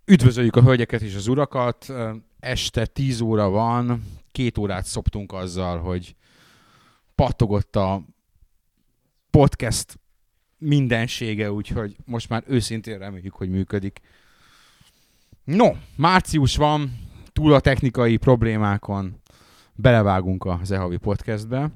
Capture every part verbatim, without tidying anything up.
Üdvözöljük a hölgyeket és az urakat. Este tíz óra van, két órát szoptunk azzal, hogy pattogott a podcast mindensége, úgyhogy most már őszintén reméljük, hogy működik. No, március van, túl a technikai problémákon belevágunk a Zehavi podcastbe,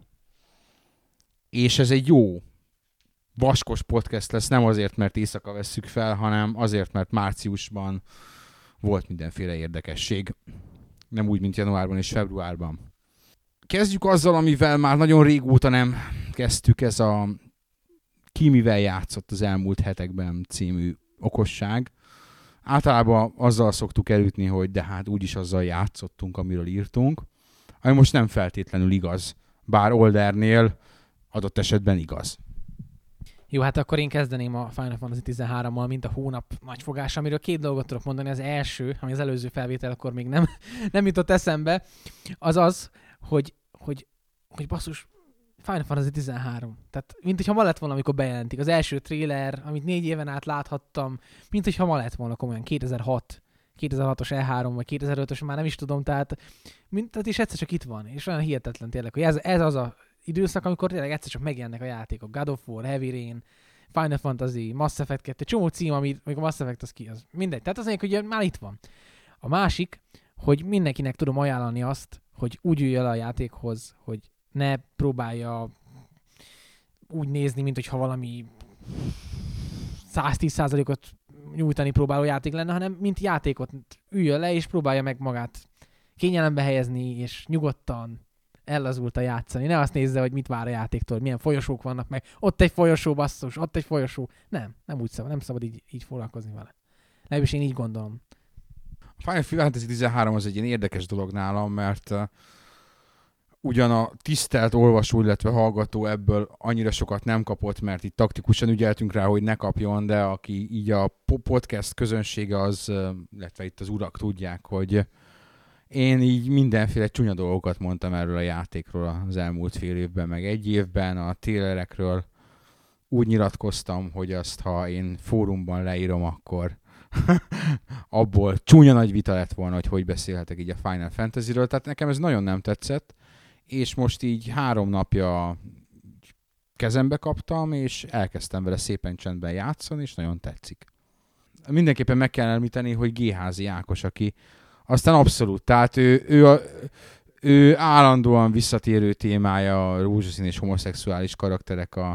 és ez egy jó, vaskos podcast lesz, nem azért, mert éjszaka vesszük fel, hanem azért, mert márciusban volt mindenféle érdekesség. Nem úgy, mint januárban és februárban. Kezdjük azzal, amivel már nagyon régóta nem kezdtük, ez a Ki mivel játszott az elmúlt hetekben című okosság. Általában azzal szoktuk elütni, hogy de hát úgyis azzal játszottunk, amiről írtunk. Ami most nem feltétlenül igaz, bár Oldernél adott esetben igaz. Jó, hát akkor én kezdeném a Final Fantasy tizenhárommal, mint a hónap nagyfogása, amiről két dolgot tudok mondani. Az első, ami az előző felvétel, akkor még nem, nem jutott eszembe, az az, hogy, hogy, hogy basszus, Final Fantasy tizenhárom. Tehát, mint hogyha ma lett volna, amikor bejelentik. Az első trailer, amit négy éven át láthattam, mint hogyha ma lett volna komolyan kétezer-hat, kétezer-hatos E három, vagy kétezer-ötös, már nem is tudom, tehát, mint, tehát és egyszer csak itt van. És olyan hihetetlen tényleg, hogy ez, ez az a időszak, amikor tényleg egyszer csak megjelennek a játékok. God of War, Heavy Rain, Final Fantasy, Mass Effect kettő, csomó cím, ami, még a Mass Effect az ki, az mindegy. Tehát az mondjuk, hogy már itt van. A másik, hogy mindenkinek tudom ajánlani azt, hogy úgy üljön el a játékhoz, hogy ne próbálja úgy nézni, mint hogyha valami száztíz százalékot nyújtani próbáló játék lenne, hanem mint játékot üljön le, és próbálja meg magát kényelembe helyezni, és nyugodtan ellazulta játszani. Ne azt nézze, hogy mit vár a játéktól, milyen folyosók vannak meg. Ott egy folyosó, basszus, ott egy folyosó. Nem, nem úgy szabad, nem szabad így, így foglalkozni vele. Legalábbis én így gondolom. A Final Fantasy tizenhárom az egy ilyen érdekes dolog nálam, mert uh, ugyan a tisztelt olvasó, illetve hallgató ebből annyira sokat nem kapott, mert itt taktikusan ügyeltünk rá, hogy ne kapjon, de aki így a podcast közönsége az, uh, illetve itt az urak tudják, hogy én így mindenféle csúnya dolgokat mondtam erről a játékról az elmúlt fél évben, meg egy évben a trailerekről úgy nyilatkoztam, hogy azt, ha én fórumban leírom, akkor abból csúnya nagy vita lett volna, hogy hogy beszélhetek így a Final Fantasyről. Tehát nekem ez nagyon nem tetszett, és most így három napja kezembe kaptam, és elkezdtem vele szépen csendben játszani, és nagyon tetszik. Mindenképpen meg kell említeni, hogy Géházi Ákos, aki aztán abszolút, tehát ő, ő, a, ő állandóan visszatérő témája a rózsaszín és homoszexuális karakterek a, a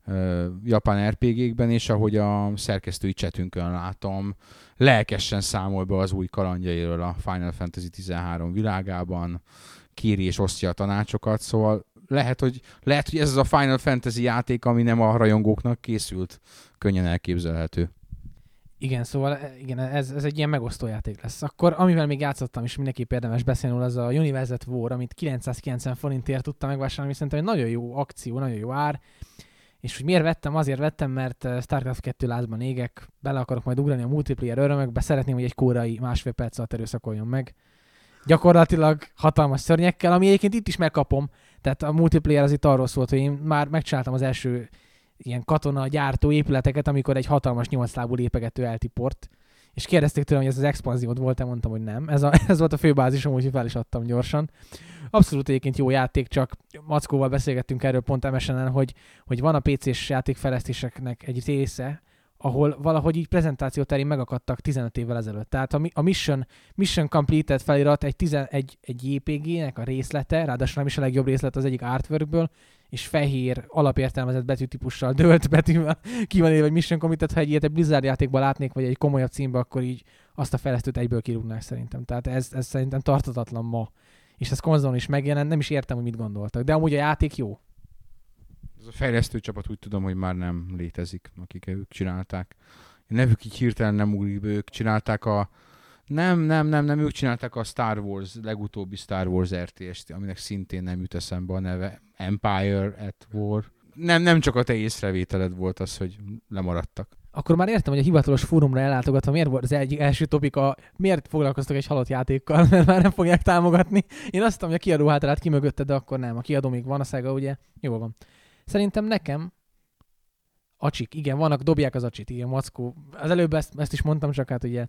japán er pé gé-kben, és ahogy a szerkesztői csetünkön látom, lelkesen számol be az új kalandjairól a Final Fantasy tizenhárom világában, kéri és osztja a tanácsokat, szóval lehet, hogy, lehet, hogy ez az a Final Fantasy játék, ami nem a rajongóknak készült, könnyen elképzelhető. Igen, szóval igen, ez, ez egy ilyen megosztó játék lesz. Akkor amivel még játszottam, és mindenképp érdemes beszélni, az a Universe at War, amit kilencszázkilencven forintért tudtam megvásárolni, szerintem egy nagyon jó akció, nagyon jó ár. És hogy miért vettem? Azért vettem, mert Starcraft kettő lázban égek, bele akarok majd ugrani a multiplayer örömökbe, szeretném, hogy egy kórai másfél perc alatt erőszakoljon meg. Gyakorlatilag hatalmas szörnyekkel, ami egyébként itt is megkapom. Tehát a multiplayer az itt arról szólt, hogy én már megcsináltam az első ilyen katona gyártó épületeket, amikor egy hatalmas nyolclábú lépegető eltiport, és kérdezték tőlem, hogy ez az expanziót volt-e, mondtam, hogy nem. Ez, a, ez volt a főbázisom, úgyhogy fel is adtam gyorsan. Abszolút egyébként jó játék, csak Mackóval beszélgettünk erről pont em es en-en, hogy, hogy van a pé cés játékfejlesztéseknek egy része, ahol valahogy így prezentáció terén megakadtak tizenöt évvel ezelőtt. Tehát a, a Mission, Mission Completed felirat egy, tizen, egy, egy jé pé gé-nek a részlete, ráadásul nem is a legjobb részlet az egyik artworkből, és fehér, alapértelmezett betűtípussal, dölt betűvel ki van élve, hogy Mission Completed, ha egy ilyet egy Blizzard játékban látnék, vagy egy komolyabb címbe, akkor így azt a fejlesztőt egyből kirúgnák szerintem. Tehát ez, ez szerintem tartatatlan ma. És ez konzolon is megjelent, nem is értem, hogy mit gondoltak. De amúgy a játék jó. Ez a fejlesztő csapat úgy tudom, hogy már nem létezik, akik ők csinálták. A nevük így hirtelen nem ugrik be, ők csinálták a... Nem, nem, nem, nem, ők csinálták a Star Wars, legutóbbi Star Wars er té es-t, aminek szintén nem jut eszembe a neve. Empire at War. Nem, nem csak a te észrevételed volt az, hogy lemaradtak. Akkor már értem, hogy a hivatalos fórumra ellátogatva miért volt az egyik első topika, miért foglalkoztak egy halott játékkal, mert már nem fogják támogatni. Én azt tudom, hogy a kiadó hátrát kimögötte, de akkor nem. A kiadó még van, a Sega, ugye? Jó van. Szerintem nekem acsik, igen, vannak, dobják az acsit, igen, Mackó. Az előbb ezt, ezt is mondtam, csak hát ugye a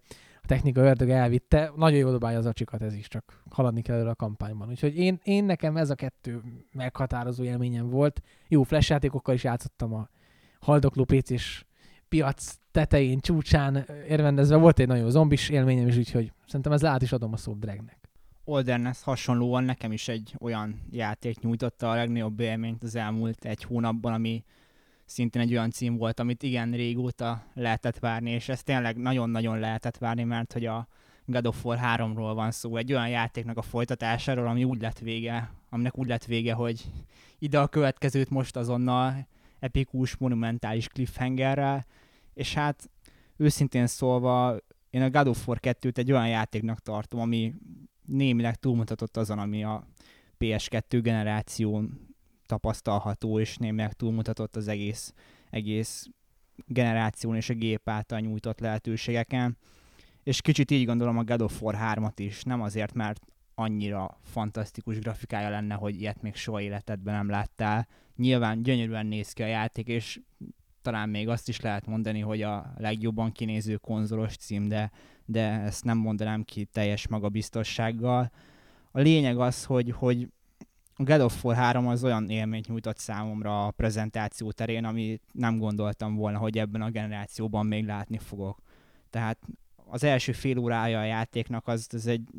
technika ördög elvitte. Nagyon jól dobálja az acsikat, ez is, csak haladni kell előre a kampányban. Úgyhogy én, én nekem ez a kettő meghatározó élményem volt. Jó flash játékokkal is játszottam a haldokló pé cés piac tetején, csúcsán érvendezve. Volt egy nagyon zombis élményem is, úgyhogy szerintem ez át is adom a szót Dregnek. Wilderness hasonlóan nekem is egy olyan játék nyújtotta a legnagyobb élményt az elmúlt egy hónapban, ami szintén egy olyan cím volt, amit igen régóta lehetett várni, és ez tényleg nagyon-nagyon lehetett várni, mert hogy a God of War háromról van szó, egy olyan játéknak a folytatásáról, ami úgy lett vége, aminek úgy lett vége, hogy ide a következőt most azonnal epikus, monumentális cliffhangerrel, és hát őszintén szólva én a God of War kettőt egy olyan játéknak tartom, ami némileg túlmutatott azon, ami a pé es kettő generáción tapasztalható, és némileg túlmutatott az egész, egész generáción és a gép által nyújtott lehetőségeken. És kicsit így gondolom a God of War hármat is, nem azért, mert annyira fantasztikus grafikája lenne, hogy ilyet még soha életedben nem láttál. Nyilván gyönyörűen néz ki a játék, és talán még azt is lehet mondani, hogy a legjobban kinéző konzolos cím, de, de ezt nem mondanám ki teljes magabiztossággal. A lényeg az, hogy, hogy a God of War három az olyan élményt nyújtott számomra a prezentáció terén, amit nem gondoltam volna, hogy ebben a generációban még látni fogok. Tehát az első fél órája a játéknak az, az egy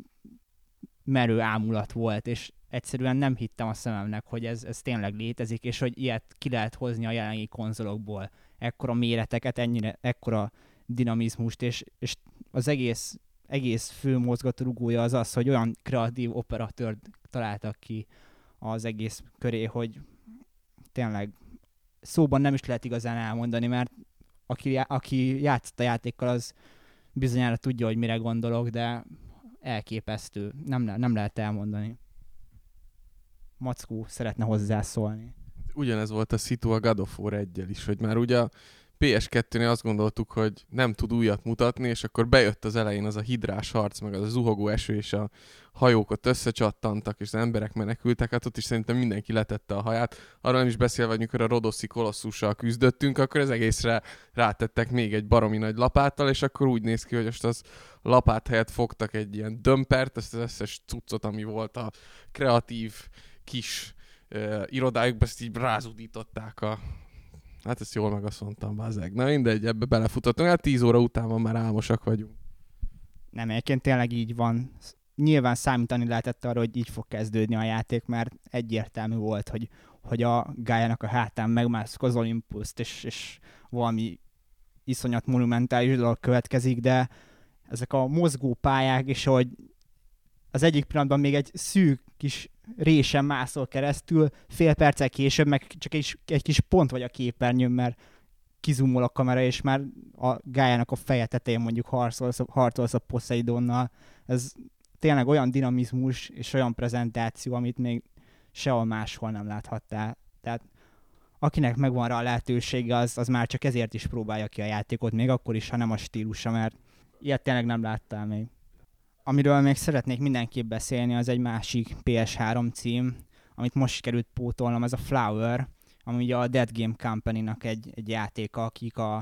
merő ámulat volt, és egyszerűen nem hittem a szememnek, hogy ez, ez tényleg létezik, és hogy ilyet ki lehet hozni a jelenlegi konzolokból. Ekkora méreteket, ennyire, ekkora dinamizmust, és, és az egész, egész fő mozgatórugója az az, hogy olyan kreatív operatőrt találtak ki az egész köré, hogy tényleg szóban nem is lehet igazán elmondani, mert aki, aki játszott a játékkal, az bizonyára tudja, hogy mire gondolok, de elképesztő. Nem, nem lehet elmondani. Mackó szeretne hozzászólni. Ugyanez volt a szitu a God of War egyel is, hogy már ugye a pé es kettőnél azt gondoltuk, hogy nem tud újat mutatni, és akkor bejött az elején az a hidrás harc, meg az a zuhogó eső, és a hajók ott összecsattantak, és az emberek menekültek, hát ott is szerintem mindenki letette a haját. Arról nem is beszélve, hogy mikor a rodoszi kolosszussal küzdöttünk, akkor az egészre rátettek még egy baromi nagy lapáttal, és akkor úgy néz ki, hogy most az lapát helyett fogtak egy ilyen dömpert, ezt az összes cuccot, ami volt a kreatív kis uh, irodájukban, ezt így rázudították a... Hát ezt jól megaszontam, bázeg. Na mindegy, ebbe belefutottunk. Hát tíz óra után van, már álmosak vagyunk. Nem, egyébként tényleg így van. Nyilván számítani lehetett arra, hogy így fog kezdődni a játék, mert egyértelmű volt, hogy, hogy a Gájának a hátán megmászok az Olympuszt, és, és valami iszonyat monumentális dolog következik, de ezek a mozgó pályák, és hogy az egyik pillanatban még egy szűk kis résen mászol keresztül, fél perccel később meg csak egy, egy kis pont vagy a képernyőn, mert kizumol a kamera, és már a Gájának a feje tetején mondjuk harcolsz, harcolsz a Poseidonnal. Ez tényleg olyan dinamizmus és olyan prezentáció, amit még sehol máshol nem láthattál. Tehát akinek megvan rá a lehetősége, az, az már csak ezért is próbálja ki a játékot, még akkor is, ha nem a stílusa, mert ilyet tényleg nem láttál még. Amiről még szeretnék mindenképp beszélni, az egy másik pé es három cím, amit most sikerült pótolnom, ez a Flower, ami ugye a Dead Game Company-nak egy, egy játéka, akik a,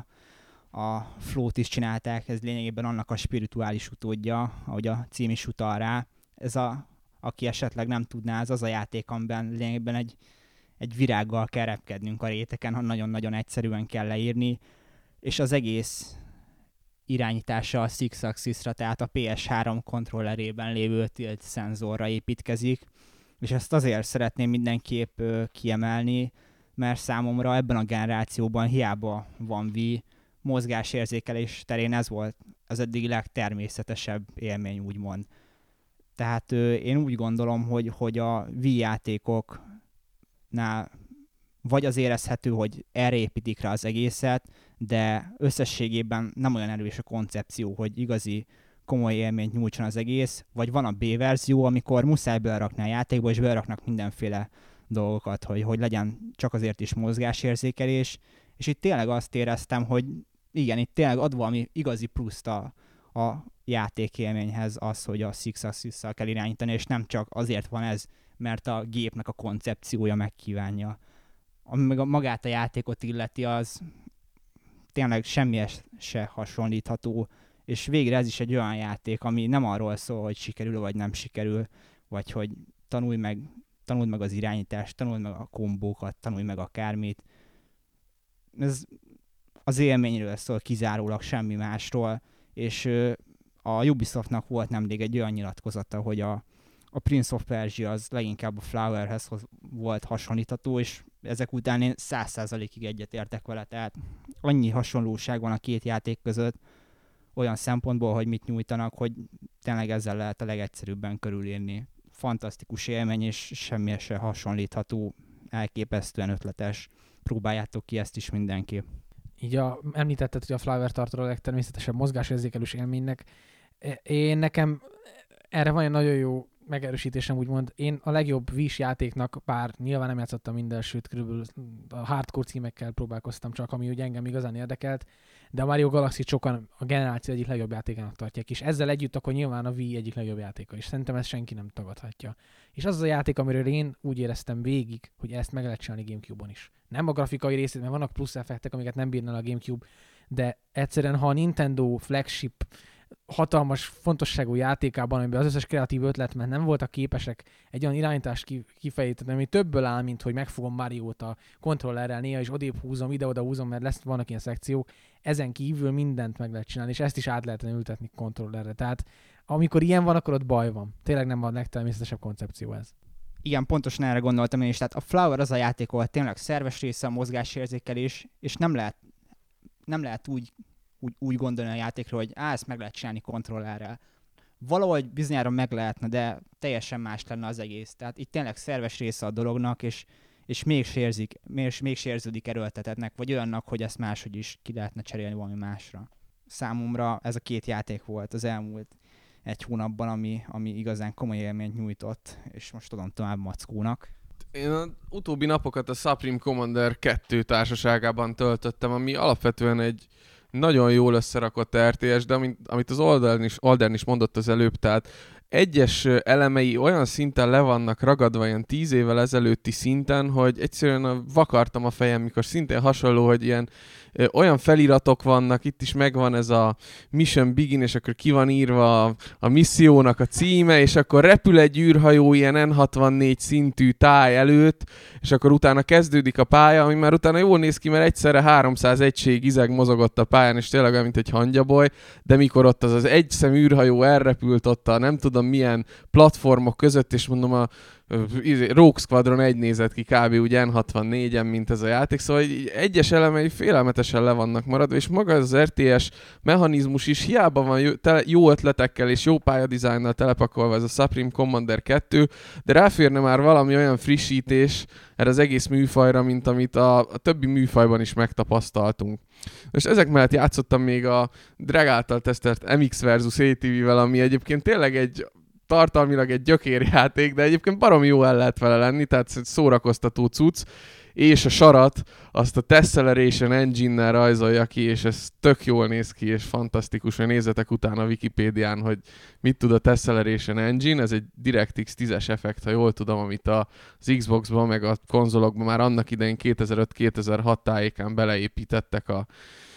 a Flow-t is csinálták, ez lényegében annak a spirituális utódja, ahogy a cím is utal rá. Ez a, aki esetleg nem tudná, ez az a játék, amiben lényegében egy, egy virággal kell repkednünk a réteken, ha nagyon-nagyon egyszerűen kell leírni, és az egész irányítása a Six Axis-ra, tehát a pé es három kontrollerében lévő tilt szenzorra építkezik, és ezt azért szeretném mindenképp ö, kiemelni, mert számomra ebben a generációban hiába van Wii, mozgásérzékelés terén ez volt az eddigi legtermészetesebb élmény, úgymond. Tehát ö, én úgy gondolom, hogy, hogy a Wii játékoknál vagy az érezhető, hogy erre építik rá az egészet, de összességében nem olyan erős a koncepció, hogy igazi komoly élményt nyújtson az egész, vagy van a B-verzió, amikor muszáj belerakni a játékba, és beleraknak mindenféle dolgokat, hogy, hogy legyen csak azért is mozgásérzékelés, és itt tényleg azt éreztem, hogy igen, itt tényleg ad valami igazi pluszt a, a játékélményhez az, hogy a Six Axis-szal kell irányítani, és nem csak azért van ez, mert a gépnek a koncepciója megkívánja. Ami meg a magát a játékot illeti, az tényleg semmi se hasonlítható és végre ez is egy olyan játék, ami nem arról szól, hogy sikerül vagy nem sikerül, vagy hogy tanulj meg, tanuld meg az irányítást, tanuld meg a kombókat, tanulj meg akármit. Ez az élményről szól kizárólag, semmi másról, és a Ubisoftnak volt nemrég egy olyan nyilatkozata, hogy a, a Prince of Persia az leginkább a Flowerhez volt hasonlítható, és ezek után én száz százalékig egyetértek vele, tehát annyi hasonlóság van a két játék között, olyan szempontból, hogy mit nyújtanak, hogy tényleg ezzel lehet a legegyszerűbben körülírni. Fantasztikus élmény, és semmi se hasonlítható, elképesztően ötletes. Próbáljátok ki ezt is mindenképp. Így a, említetted, hogy a Flower tartod a legtermészetesebb mozgásérzékelős élménynek. Én nekem erre van egy nagyon jó megerősítésem, úgymond. Én a legjobb Wii-s játéknak, bár nyilván nem játszottam minden, sőt, körülbelül a hardcore címekkel próbálkoztam csak, ami ugye engem igazán érdekelt, de a Mario Galaxy sokan a generáció egyik legjobb játékának tartják, és ezzel együtt akkor nyilván a Wii egyik legjobb játéka, és szerintem ezt senki nem tagadhatja. És az az a játék, amiről én úgy éreztem végig, hogy ezt meg lehet csinálni GameCube-on is. Nem a grafikai részét, mert vannak plusz effektek, amiket nem bírna a GameCube, de egyszerűen, ha a Nintendo flagship hatalmas fontosságú játékában, amiben az összes kreatív ötlet, mert nem voltak képesek egy olyan irányítást kifejteni, ami többből áll, mint hogy megfogom Mariót a kontrollerrel néha, és odébb húzom, ide-oda húzom, mert lesz, vannak ilyen szekciók. Ezen kívül mindent meg lehet csinálni, és ezt is át lehetne ültetni kontrollerre. Tehát amikor ilyen van, akkor ott baj van. Tényleg nem a legtermészetesebb koncepció ez. Igen, pontosan erre gondoltam én is. Tehát a Flower az a játék, ahol tényleg szerves része a mozgásérzékelés, és nem lehet, nem lehet úgy Úgy, úgy gondolni a játékról, hogy á, ezt meg lehet csinálni kontrollerrel. Valahogy bizonyára meg lehetne, de teljesen más lenne az egész. Tehát itt tényleg szerves része a dolognak, és, és még sérzik, még, még sérződik erőltetetnek, vagy olyannak, hogy ezt máshogy is ki lehetne cserélni valami másra. Számomra ez a két játék volt az elmúlt egy hónapban, ami, ami igazán komoly élményt nyújtott, és most tudom tovább mackónak. Én az utóbbi napokat a Supreme Commander kettő társaságában töltöttem, ami alapvetően egy nagyon jól összerakott er té es, de amit, amit az Aldern is, Aldern is mondott az előbb, tehát egyes elemei olyan szinten le vannak ragadva, ilyen tíz évvel ezelőtti szinten, hogy egyszerűen vakartam a fejem, mikor szintén hasonló, hogy ilyen ö, olyan feliratok vannak, itt is megvan ez a Mission Begin, és akkor ki van írva a, a missziónak a címe, és akkor repül egy űrhajó ilyen en hatvannégy szintű táj előtt, és akkor utána kezdődik a pálya, ami már utána jól néz ki, mert egyszerre háromszáz egység izeg mozogott a pályán, és tényleg olyan, mint egy hangyaboly, de mikor ott az az egyszem űrhajó elrepült ott a nem tudom milyen platformok között, és mondom a Rogue Squadron egy nézett ki kb. Úgy en hatvannégyen, mint ez a játék, szóval egyes elemei félelmetesen le vannak maradva, és maga az er té es mechanizmus is hiába van jó, tele, jó ötletekkel és jó pályadizájnnal telepakolva ez a Supreme Commander kettő, de ráférne már valami olyan frissítés erre az egész műfajra, mint amit a, a többi műfajban is megtapasztaltunk. És ezek mellett játszottam még a Drag által tesztelt em iksz versus á té vé-vel, ami egyébként tényleg egy tartalmilag egy gyökérjáték, de egyébként baromi jó el lehet vele lenni, tehát szórakoztató cucc, és a sarat azt a Tessellation Engine-nel rajzolja ki, és ez tök jól néz ki, és fantasztikus, hogy nézzetek utána a Wikipédián, hogy mit tud a Tessellation Engine, ez egy DirectX tízes effekt, ha jól tudom, amit az Xbox-ban, meg a konzolokban már annak idején kétezer-öt kétezer-hat tájékán beleépítettek a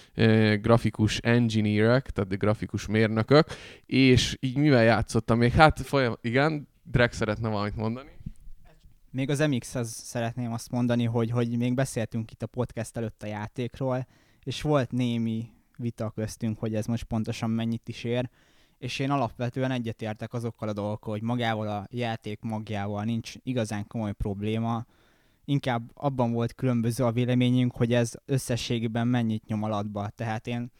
grafikus engineerek, tehát a grafikus mérnökök, és így mivel játszottam még? Hát folyam, igen, Drek szeretne valamit mondani. Még az em iksz-hez szeretném azt mondani, hogy, hogy még beszéltünk itt a podcast előtt a játékról, és volt némi vita köztünk, hogy ez most pontosan mennyit is ér, és én alapvetően egyetértek azokkal a dolgokkal, hogy magával a játék magjával nincs igazán komoly probléma, inkább abban volt különböző a véleményünk, hogy ez összességében mennyit nyom alatba. Tehát én,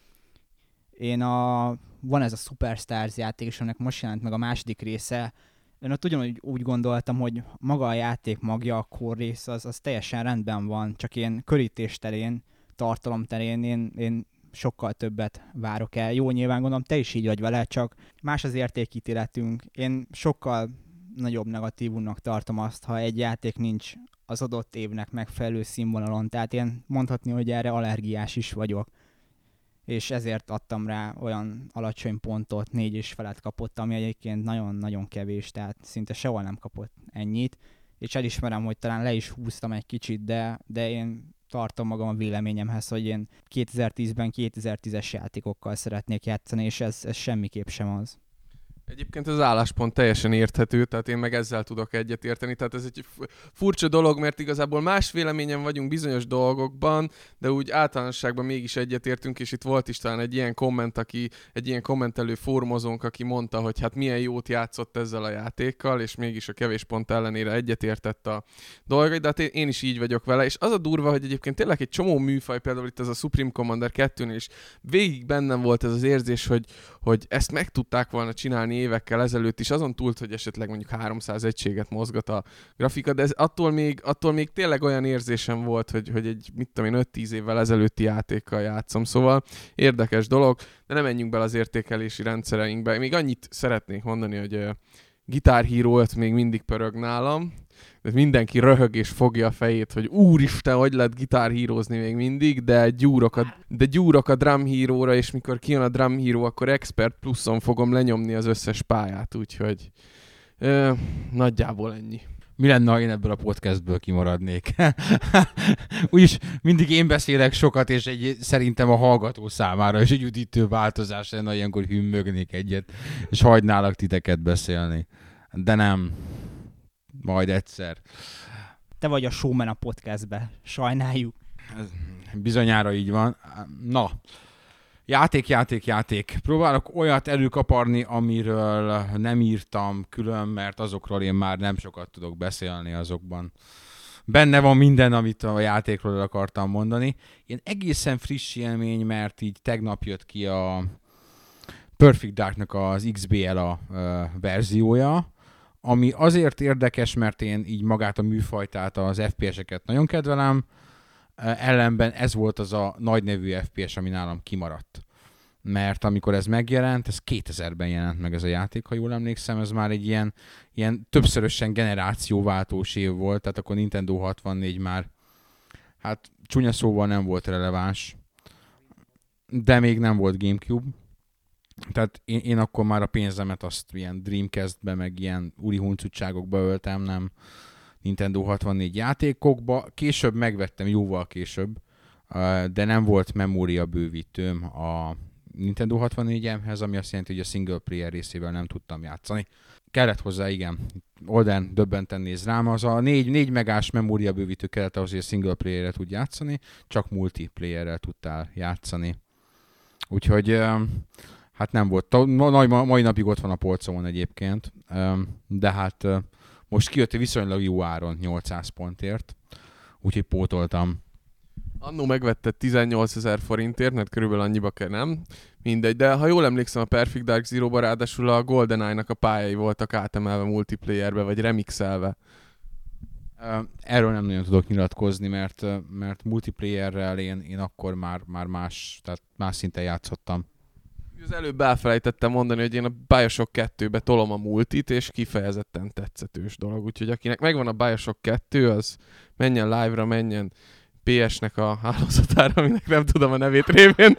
én a, van ez a Superstars játék, és ennek most jelent meg a második része. Én ott ugyanúgy úgy gondoltam, hogy maga a játék magja, a core rész, az, az teljesen rendben van, csak én körítés terén, tartalom terén én, én sokkal többet várok el. Jó, nyilván gondolom, te is így vagy vele, csak más az értékítéletünk. Én sokkal nagyobb negatívumnak tartom azt, ha egy játék nincs az adott évnek megfelelő színvonalon. Tehát én mondhatni, hogy erre allergiás is vagyok. És ezért adtam rá olyan alacsony pontot, négy és felett kapott, ami egyébként nagyon-nagyon kevés, tehát szinte sehol nem kapott ennyit. És elismerem, hogy talán le is húztam egy kicsit, de, de én tartom magam a véleményemhez, hogy én kétezer-tízben kétezer-tízes játékokkal szeretnék játszani, és ez, ez semmiképp sem az. Egyébként az álláspont teljesen érthető, tehát én meg ezzel tudok egyet érteni. Tehát ez egy furcsa dolog, mert igazából más véleményen vagyunk bizonyos dolgokban, de úgy általánosságban mégis egyetértünk, és itt volt is talán egy ilyen komment, aki, egy ilyen kommentelő fórumozónk, aki mondta, hogy hát milyen jót játszott ezzel a játékkal, és mégis a kevés pont ellenére egyetértett a dolgai, de hát én is így vagyok vele, és az a durva, hogy egyébként tényleg egy csomó műfaj, például itt ez a Supreme Commander kettőnél is végig bennem volt ez az érzés, hogy, hogy ezt meg tudták volna csinálni évekkel ezelőtt is, azon túl, hogy esetleg mondjuk háromszáz egységet mozgat a grafika, de ez attól még, attól még tényleg olyan érzésem volt, hogy, hogy egy, mit tudom én, öt-tíz évvel ezelőtti játékkal játszom, szóval érdekes dolog, de nem menjünk bele az értékelési rendszereinkbe. Még annyit szeretnék mondani, hogy uh, Guitar Hero öt még mindig pörög nálam, de mindenki röhög és fogja a fejét, hogy úristen, hogy lehet Guitar Herozni még mindig, de gyúrok a, de gyúrok a Drum Hero-ra, és mikor kijön a Drum Hero, akkor Expert pluszon fogom lenyomni az összes pályát, úgyhogy ö, nagyjából ennyi. Mi lenne, ha én ebből a podcastből kimaradnék? Úgyis mindig én beszélek sokat, és egy, szerintem a hallgató számára is egy üdítő változás lenne, ilyenkor hümmögnék egyet, és hagynálak titeket beszélni. De nem. Majd egyszer. Te vagy a showman a podcastbe. Sajnáljuk. Bizonyára így van. Na, játék, játék, játék. Próbálok olyat előkaparni, amiről nem írtam külön, mert azokról én már nem sokat tudok beszélni azokban. Benne van minden, amit a játékról el akartam mondani. Ilyen egészen friss élmény, mert így tegnap jött ki a Perfect Darknak az iksz bé el a verziója, ami azért érdekes, mert én így magát a műfajtát, az ef pé eseket nagyon kedvelem, ellenben ez volt az a nagy nevű ef pé es, ami nálam kimaradt. Mert amikor ez megjelent, ez kétezerben jelent meg ez a játék, ha jól emlékszem, ez már egy ilyen, ilyen többszörösen generációváltós év volt, tehát akkor Nintendo hatvannégy már, hát csúnya szóval nem volt releváns, de még nem volt GameCube. Tehát én, én akkor már a pénzemet azt ilyen Dreamcast-be, meg ilyen úri huncutságokba öltem, nem Nintendo hatvannégy játékokba. Később megvettem, jóval később, de nem volt memória bővítőm a Nintendo hatvannégyemhez, ami azt jelenti, hogy a single player részével nem tudtam játszani. Kellett hozzá, igen, oldalán döbbenten néz rám, az a négy megás memória bővítő kellett ahhoz, hogy a single player-re tud játszani, csak multiplayer-rel tudtál játszani. Úgyhogy hát nem volt. Mai, mai napig ott van a polcomon egyébként, de hát most kijött viszonylag jó áron nyolcszáz pontért, úgyhogy pótoltam. Annó megvetted tizennyolcezer forintért, mert körülbelül annyiba kell, nem? Mindegy, de ha jól emlékszem, a Perfect Dark Zero-ba ráadásul a GoldenEye-nak a pályái voltak átemelve multiplayerbe, vagy remixelve. Erről nem nagyon tudok nyilatkozni, mert, mert multiplayerrel én, én akkor már, már más, tehát más szinten játszottam. Az előbb elfelejtettem mondani, hogy én a Bioshock kettőbe tolom a multit, és kifejezetten tetszetős dolog. Úgyhogy akinek megvan a Bioshock kettő, az menjen live-ra, menjen pé esnek a hálózatára, aminek nem tudom a nevét révén.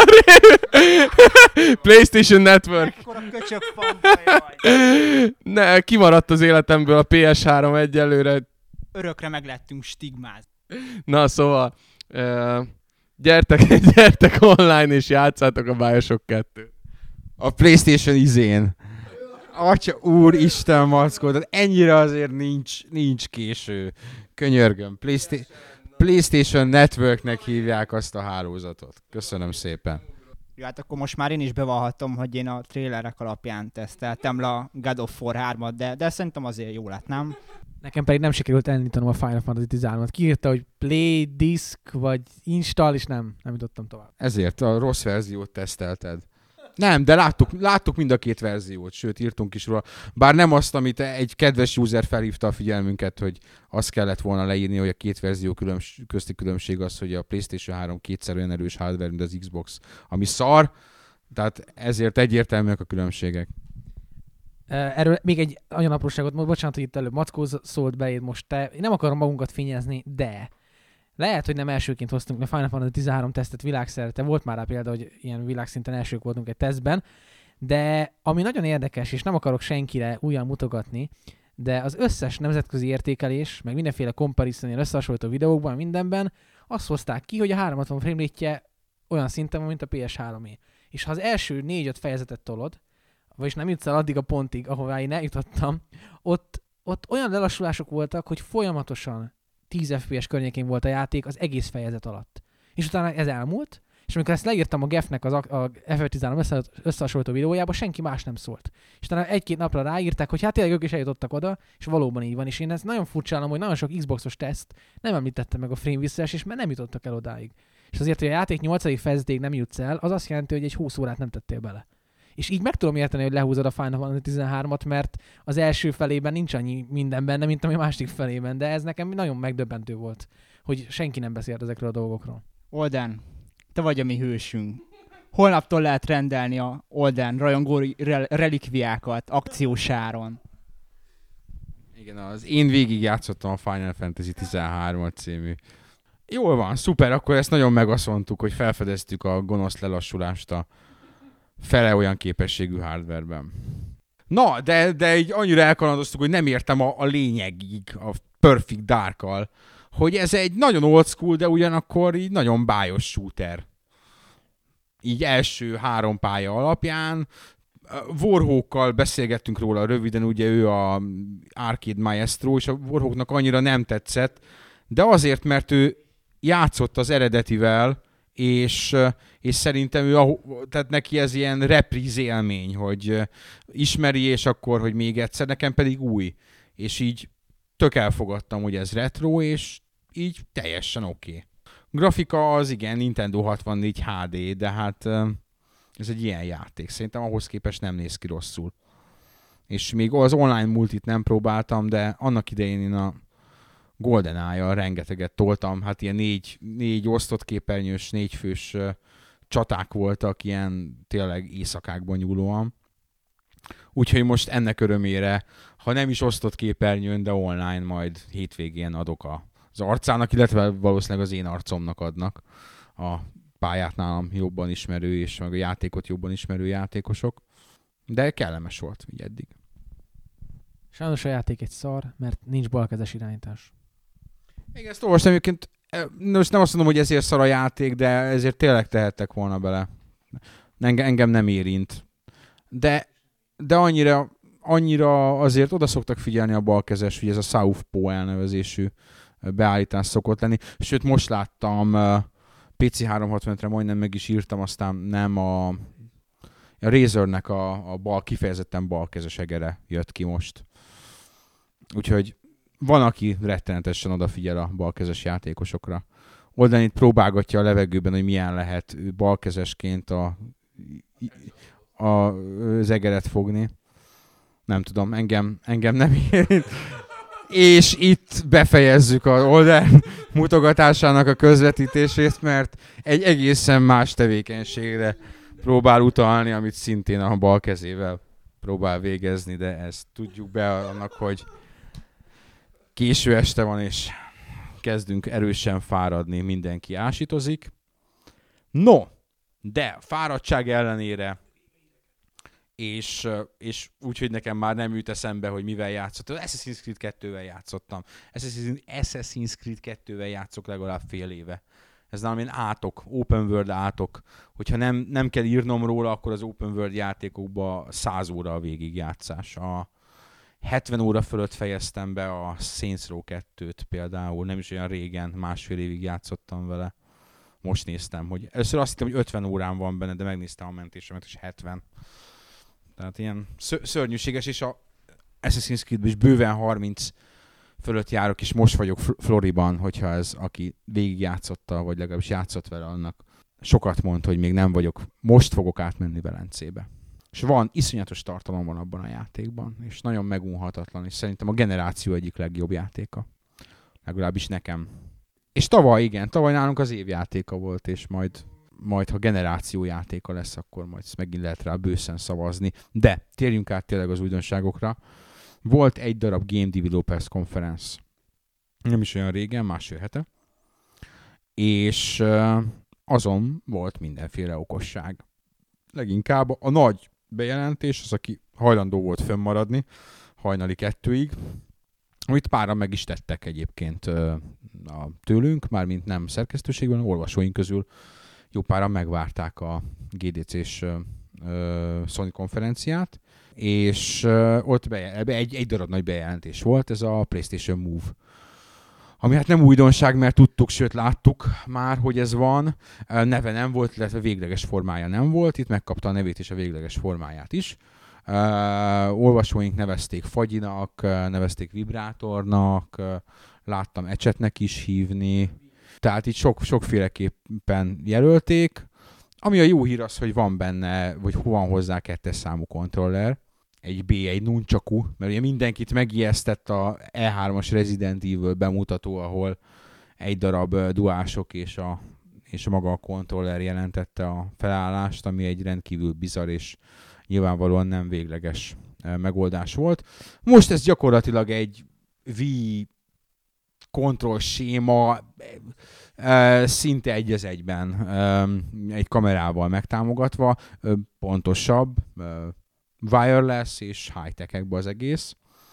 PlayStation Network. Ekkora köcsög fanboly. Ne, kimaradt az életemből a pé es három egyelőre. Örökre meg lettünk stigmázni. Na, szóval uh, gyertek, gyertek online és játszátok a Bioshock kettőt. A PlayStation izén. Atya, úristen mackó, tehát ennyire azért nincs, nincs késő. Könyörgöm. Playsta- PlayStation Networknek hívják azt a hálózatot. Köszönöm szépen. Jó, hát akkor most már én is bevallhatom, hogy én a trailerek alapján teszteltem le a God of War hármat, de, de szerintem azért jó lett, nem? Nekem pedig nem sikerült elindítanom a Final Fantasy tizenhármat. Kiírta, hogy play disk, vagy install, és nem, nem jutottam tovább. Ezért a rossz verziót tesztelted. Nem, de láttuk, láttuk mind a két verziót, sőt írtunk is róla. Bár nem azt, amit egy kedves user felhívta a figyelmünket, hogy azt kellett volna leírni, hogy a két verzió különbs- közti különbség az, hogy a PlayStation három kétszer olyan erős hardware, mint az Xbox, ami szar, tehát ezért egyértelműek a különbségek. Erről még egy olyan apróságot, bocsánat, hogy itt előbb Mackó szólt be, most te, én nem akarom magunkat fényezni, de lehet, hogy nem elsőként hoztunk a Final Fantasy tizenhárom tesztet világszerte, volt már rá példa, hogy ilyen világszinten elsők voltunk egy tesztben, de ami nagyon érdekes, és nem akarok senkire újra mutogatni, de az összes nemzetközi értékelés, meg mindenféle comparison, ilyen összehasonlító videókban, mindenben, azt hozták ki, hogy a háromszázhatvan frame rate-je olyan szinten van, mint a pé es háromé. És ha az első négy-öt fejezetet tolod, vagyis nem jutsz el addig a pontig, ahová én eljutottam, ott, ott olyan lelassulások voltak, hogy folyamatosan tíz ef pé es környékén volt a játék az egész fejezet alatt. És utána ez elmúlt, és amikor ezt leírtam a Gefnek az a ef tizenhárom össze, összehasonlító videójába, senki más nem szólt. És utána egy-két napra ráírták, hogy hát tényleg ők is eljutottak oda, és valóban így van. És én ezt nagyon furcsálom, hogy nagyon sok Xboxos teszt nem említette meg a frame visszaesést, mert nem jutottak el odáig. És azért, hogy a játék nyolcadik fejezetéig nem jutsz el, az azt jelenti, hogy egy húsz órát nem tettél bele. És így meg tudom érteni, hogy lehúzod a Final Fantasy tizenhármat, mert az első felében nincs annyi minden benne, mint ami a másik felében, de ez nekem nagyon megdöbbentő volt, hogy senki nem beszélt ezekről a dolgokról. Olden, te vagy a mi hősünk. Holnaptól lehet rendelni a Olden rajongói rel- relikviákat akciós áron. Igen, az én végig játszottam a Final Fantasy tizenhárom című. Jól van, szuper, akkor ezt nagyon megaszontuk, hogy felfedeztük a gonosz lelassulást a fele olyan képességű hardwareben. Na, de, de így annyira elkalandoztuk, hogy nem értem a, a lényegig, a Perfect Dark-kal, hogy ez egy nagyon old school, de ugyanakkor így nagyon bájos shooter. Így első három pálya alapján. Warhawkkal beszélgettünk róla röviden, ugye ő a Arcade Maestro, és a Warhawknak annyira nem tetszett, de azért, mert ő játszott az eredetivel, és, és szerintem ő, tehát neki ez ilyen repríz élmény, hogy ismeri, és akkor, hogy még egyszer, nekem pedig új. És így tök elfogadtam, hogy ez retro, és így teljesen oké. Okay. Grafika az igen, Nintendo hatvannégy há dé, de hát ez egy ilyen játék. Szerintem ahhoz képest nem néz ki rosszul. És még az online multit nem próbáltam, de annak idején én a GoldenEye-jal rengeteget toltam, hát ilyen négy, négy osztott képernyős, négyfős uh, csaták voltak, ilyen tényleg éjszakákban nyúlóan. Úgyhogy most ennek örömére, ha nem is osztott képernyőn, de online majd hétvégén adok a, az arcának, illetve valószínűleg az én arcomnak adnak a pályát nálam jobban ismerő, és meg a játékot jobban ismerő játékosok. De kellemes volt így eddig. Sajnos a játék egy szar, mert nincs balkezes irányítás. Igen, ezt olvastam egyébként, most nem azt mondom, hogy ezért szar a játék, de ezért tényleg tehettek volna bele. Enge, engem nem érint. De, de annyira, annyira azért oda szoktak figyelni a balkezes, hogy ez a Southpaw elnevezésű beállítás szokott lenni. Sőt, most láttam pé cé háromszázhatvanötre, majdnem meg is írtam, aztán nem a, a Razernek a, a bal, kifejezetten balkezes egere jött ki most. Úgyhogy van, aki rettenetesen odafigyel a balkezes játékosokra. Olden itt próbálgatja a levegőben, hogy milyen lehet balkezesként a, a, az egeret fogni. Nem tudom, engem, engem nem érint. És itt befejezzük az Olden mutogatásának a közvetítését, mert egy egészen más tevékenységre próbál utalni, amit szintén a bal kezével próbál végezni, de ezt tudjuk be annak, hogy késő este van, és kezdünk erősen fáradni, mindenki ásítozik. No, de fáradtság ellenére, és, és úgyhogy nekem már nem jut eszembe, hogy mivel játszottam. Assassin's Creed kettővel játszottam. Assassin's Creed kettővel játszok legalább fél éve. Ez nálam ilyen átok, open world átok. Hogyha nem, nem kell írnom róla, akkor az open world játékokban száz óra a végigjátszás. A hetven óra fölött fejeztem be a Saints Row kettőt például, nem is olyan régen, másfél évig játszottam vele. Most néztem, hogy először azt hittem, hogy ötven órán van benne, de megnéztem a mentésemet, és hetven. Tehát ilyen szörnyűséges, és a Assassin's Creed-ben is bőven harminc fölött járok, és most vagyok Floriban, hogyha ez, aki végigjátszotta, vagy legalábbis játszott vele, annak sokat mond, hogy még nem vagyok, most fogok átmenni Velencébe. És van, iszonyatos tartalom van abban a játékban, és nagyon megunhatatlan, és szerintem a generáció egyik legjobb játéka. Legalábbis nekem. És tavaly, igen, tavaly nálunk az évjátéka volt, és majd, majd ha generáció játéka lesz, akkor majd megint lehet rá bőszen szavazni. De térjünk át tényleg az újdonságokra. Volt egy darab Game Developers Conference, nem is olyan régen, másfél hete, és azon volt mindenféle okosság. Leginkább a nagy bejelentés, az, aki hajlandó volt fönnmaradni hajnali kettőig, amit páran meg is tettek egyébként a tőlünk, mármint nem szerkesztőségben, olvasóink közül jó páran megvárták a gé dé cés Sony konferenciát, és ott be, egy, egy darab nagy bejelentés volt, ez a PlayStation Move. Ami hát nem újdonság, mert tudtuk, sőt láttuk már, hogy ez van. Neve nem volt, illetve végleges formája nem volt. Itt megkapta a nevét és a végleges formáját is. Uh, olvasóink nevezték fagyinak, nevezték vibrátornak, uh, láttam ecsetnek is hívni. Tehát itt sok, sokféleképpen jelölték. Ami a jó hír az, hogy van benne, vagy van hozzá kettes számú kontroller. Egy B, egy nunchaku, mert ugye mindenkit megijesztett a E hármas Resident Evil bemutató, ahol egy darab duások és a, és a maga a kontroller jelentette a felállást, ami egy rendkívül bizarr és nyilvánvalóan nem végleges megoldás volt. Most ez gyakorlatilag egy Wii kontroll séma, szinte egy az egyben, egy kamerával megtámogatva, pontosabb, wireless és high-tech-ekbe az egész.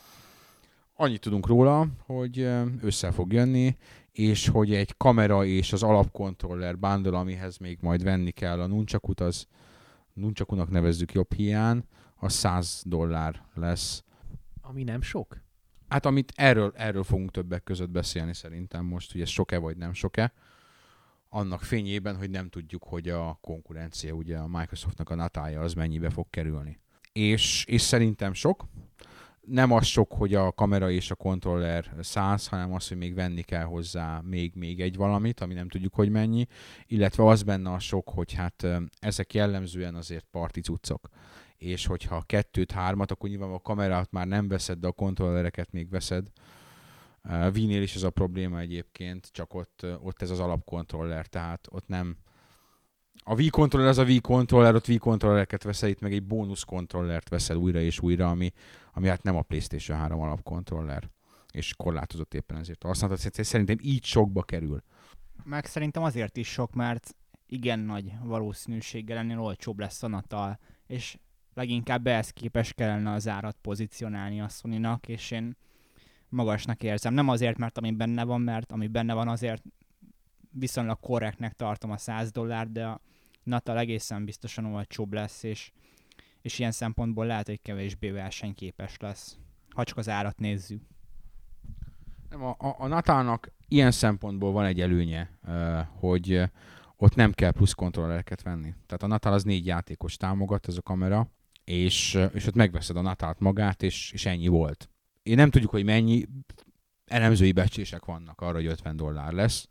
Annyit tudunk róla, hogy össze fog jönni, és hogy egy kamera és az alapkontroller bundle, amihez még majd venni kell a nunchakut, az nunchakunak nevezzük jobb hiány, az száz dollár lesz. Ami nem sok? Hát amit erről, erről fogunk többek között beszélni szerintem most, hogy ez sok-e vagy nem sok-e. Annak fényében, hogy nem tudjuk, hogy a konkurencia, ugye a Microsoftnak a natája az mennyibe fog kerülni. És, és szerintem sok. Nem az sok, hogy a kamera és a kontroller száz, hanem az, hogy még venni kell hozzá még, még egy valamit, ami nem tudjuk, hogy mennyi. Illetve az benne a sok, hogy hát ezek jellemzően azért parti cuccok. És hogyha kettőt, hármat, akkor nyilván a kamerát már nem veszed, de a kontrollereket még veszed. Wii-nél is ez a probléma egyébként, csak ott, ott ez az alapkontroller, tehát ott nem... A Wii kontroller az a Wii kontroller, ott Wii kontrollereket veszel, itt meg egy bónusz kontrollert veszel újra és újra, ami, ami hát nem a PlayStation három alapkontroller, és korlátozott éppen ezért használhatod. Szerintem így sokba kerül. Meg szerintem azért is sok, mert igen nagy valószínűséggel ennél olcsóbb lesz a Natal, és leginkább ehhez képest kellene az árat pozícionálni a Sony-nak, és én magasnak érzem. Nem azért, mert ami benne van, mert ami benne van azért viszonylag korrektnek tartom a száz dollár, de a Natal egészen biztosan olcsóbb lesz, és, és ilyen szempontból lehet, hogy kevésbé versenyképes lesz, ha csak az árat nézzük. Nem, a, a, a Natalnak ilyen szempontból van egy előnye, hogy ott nem kell plusz kontrollereket venni. Tehát a Natal az négy játékos támogat, ez a kamera, és, és ott megveszed a Natalt magát, és, és ennyi volt. Én nem tudjuk, hogy mennyi, elemzői becslések vannak arra, hogy ötven dollár lesz.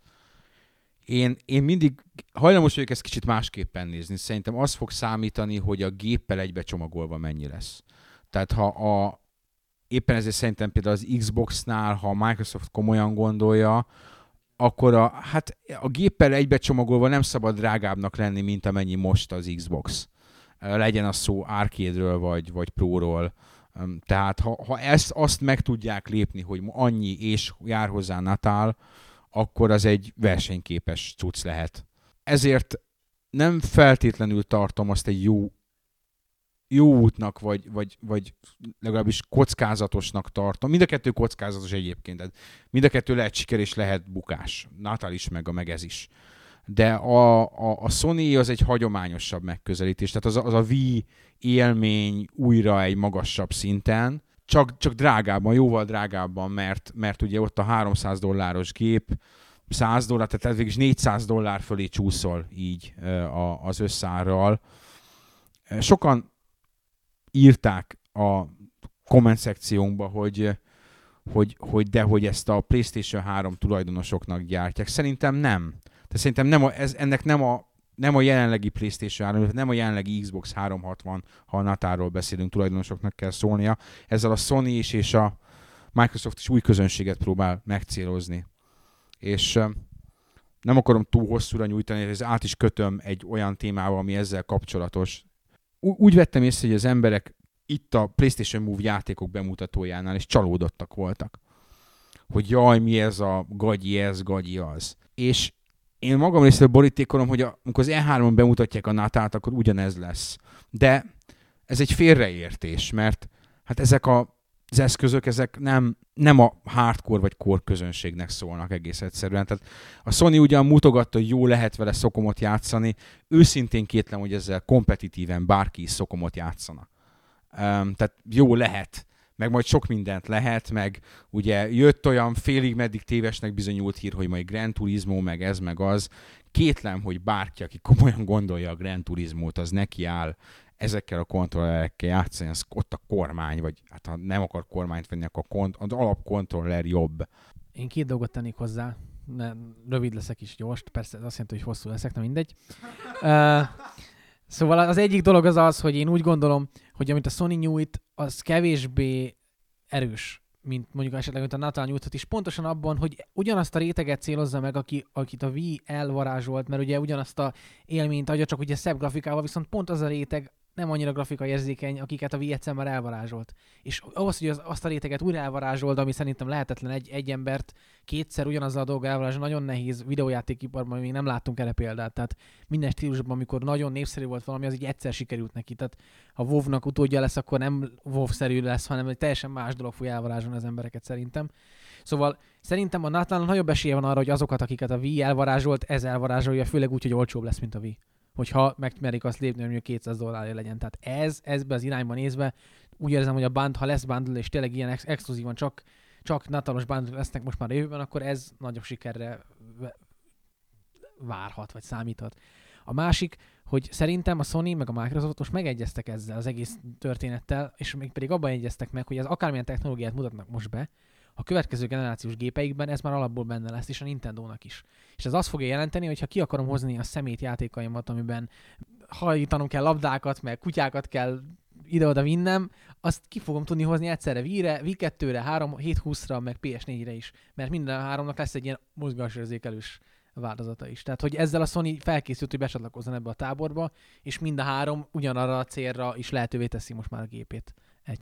Én, én mindig hajlamos vagyok ezt kicsit másképpen nézni. Szerintem az fog számítani, hogy a géppel egybecsomagolva mennyi lesz. Tehát ha a, éppen ezért szerintem például az Xboxnál, ha a Microsoft komolyan gondolja, akkor a, hát a géppel egybecsomagolva nem szabad drágábbnak lenni, mint amennyi most az Xbox. Legyen az szó arcade-ről vagy, vagy Pro-ról. Tehát ha, ha ezt, azt meg tudják lépni, hogy annyi és jár hozzá Natal, akkor az egy versenyképes cucc lehet. Ezért nem feltétlenül tartom azt egy jó, jó útnak, vagy, vagy, vagy legalábbis kockázatosnak tartom. Mind a kettő kockázatos egyébként. Tehát mind a kettő lehet siker és lehet bukás. Natal is, meg a meg ez is. De a, a, a Sony az egy hagyományosabb megközelítés. Tehát az a, az a Wii élmény újra egy magasabb szinten, csak, csak drágábban, jóval drágábban, mert, mert ugye ott a háromszáz dolláros gép, száz dollár, tehát végülis négyszáz dollár fölé csúszol így a, az összárral. Sokan írták a komment szekciónkba, hogy, hogy, hogy de hogy ezt a PlayStation három tulajdonosoknak gyártják. Szerintem nem. Tehát szerintem nem a, ez, ennek nem a, nem a jelenlegi PlayStation három, nem a jelenlegi Xbox háromszázhatvan, ha a Natalról beszélünk, tulajdonosoknak kell szólnia. Ezzel a Sony is és a Microsoft is új közönséget próbál megcélozni. És nem akarom túl hosszúra nyújtani, ez át is kötöm egy olyan témával, ami ezzel kapcsolatos. Úgy vettem észre, hogy az emberek itt a PlayStation Move játékok bemutatójánál is csalódottak voltak. Hogy jaj, mi ez a gagyi ez, gagyi az. És én magam részéről borítékolom, hogy a, amikor az E háromon bemutatják a Natalt, akkor ugyanez lesz. De ez egy félreértés, mert hát ezek a az eszközök ezek nem, nem a hardcore vagy core közönségnek szólnak egész egyszerűen. Tehát a Sony ugyan mutogatta, hogy jó lehet vele szokomot játszani, őszintén kétlem, hogy ezzel kompetitíven bárki is szokomot játszana. Um, tehát jó lehet, meg majd sok mindent lehet, meg ugye jött olyan félig meddig tévesnek bizonyult hír, hogy majd Gran Turismo, meg ez, meg az. Kétlem, hogy bárki, aki komolyan gondolja a Gran Turismót, az neki áll ezekkel a kontrollerekkel játszani, az ott a kormány, vagy hát ha nem akar kormányt venni, akkor kont- az alapkontroller jobb. Én két dolgot tennék hozzá, ne, rövid leszek is gyors, persze ez azt jelenti, hogy hosszú leszek, nem mindegy. Uh, szóval az egyik dolog az az, hogy én úgy gondolom, hogy amit a Sony nyújt, az kevésbé erős, mint mondjuk esetleg, mint a Natal nyújthat is, pontosan abban, hogy ugyanazt a réteget célozza meg, aki, akit a Wii elvarázsolt, mert ugye ugyanazt a élményt adja, csak ugye szebb grafikával, viszont pont az a réteg nem annyira grafikai érzékeny, akiket a Wii egyszer már elvarázsolt. És ahhoz, hogy az, azt a réteget újra elvarázsolt, ami szerintem lehetetlen egy, egy embert kétszer ugyanazzal a dolga elvarázsolni, nagyon nehéz videójátékiparban, még nem láttunk erre példát. Tehát minden stílusban, amikor nagyon népszerű volt valami, az így egyszer sikerült neki. Tehát ha WoW-nak utódja lesz, akkor nem WoW-szerű lesz, hanem egy teljesen más dolog fog elvarázsolni az embereket szerintem. Szóval szerintem a Natlan nagyobb esélye van arra, hogy azokat, akiket a Wii elvarázsolt, ez elvarázsolja, főleg úgy, hogy olcsóbb lesz, mint a Wii. Hogyha megmerik azt lépni, hogy mondjuk kétszáz dollárja legyen. Tehát ez, ezbe az irányba nézve, úgy érzem, hogy a band, ha lesz bundle, és tényleg ilyen ex- exkluzívan csak, csak natalos bundle lesznek most már a jövőben, akkor ez nagyobb sikerre várhat, vagy számíthat. A másik, hogy szerintem a Sony meg a Microsoft most megegyeztek ezzel az egész történettel, és még pedig abban egyeztek meg, hogy ez akármilyen technológiát mutatnak most be, a következő generációs gépeikben ez már alapból benne lesz, és a Nintendónak is. És ez azt fogja jelenteni, hogy ha ki akarom hozni a szemét játékaimat, amiben hajtanom kell labdákat, meg kutyákat kell ide-oda vinnem, azt ki fogom tudni hozni egyszerre Wii-re, Wii kettőre, három hétszázhúszra, meg pé es négyre is. Mert minden a háromnak lesz egy ilyen mozgásérzékelős változata is. Tehát, hogy ezzel a Sony felkészült, hogy becsatlakozzon ebbe a táborba, és mind a három ugyanarra a célra is lehetővé teszi most már a gépét. Egy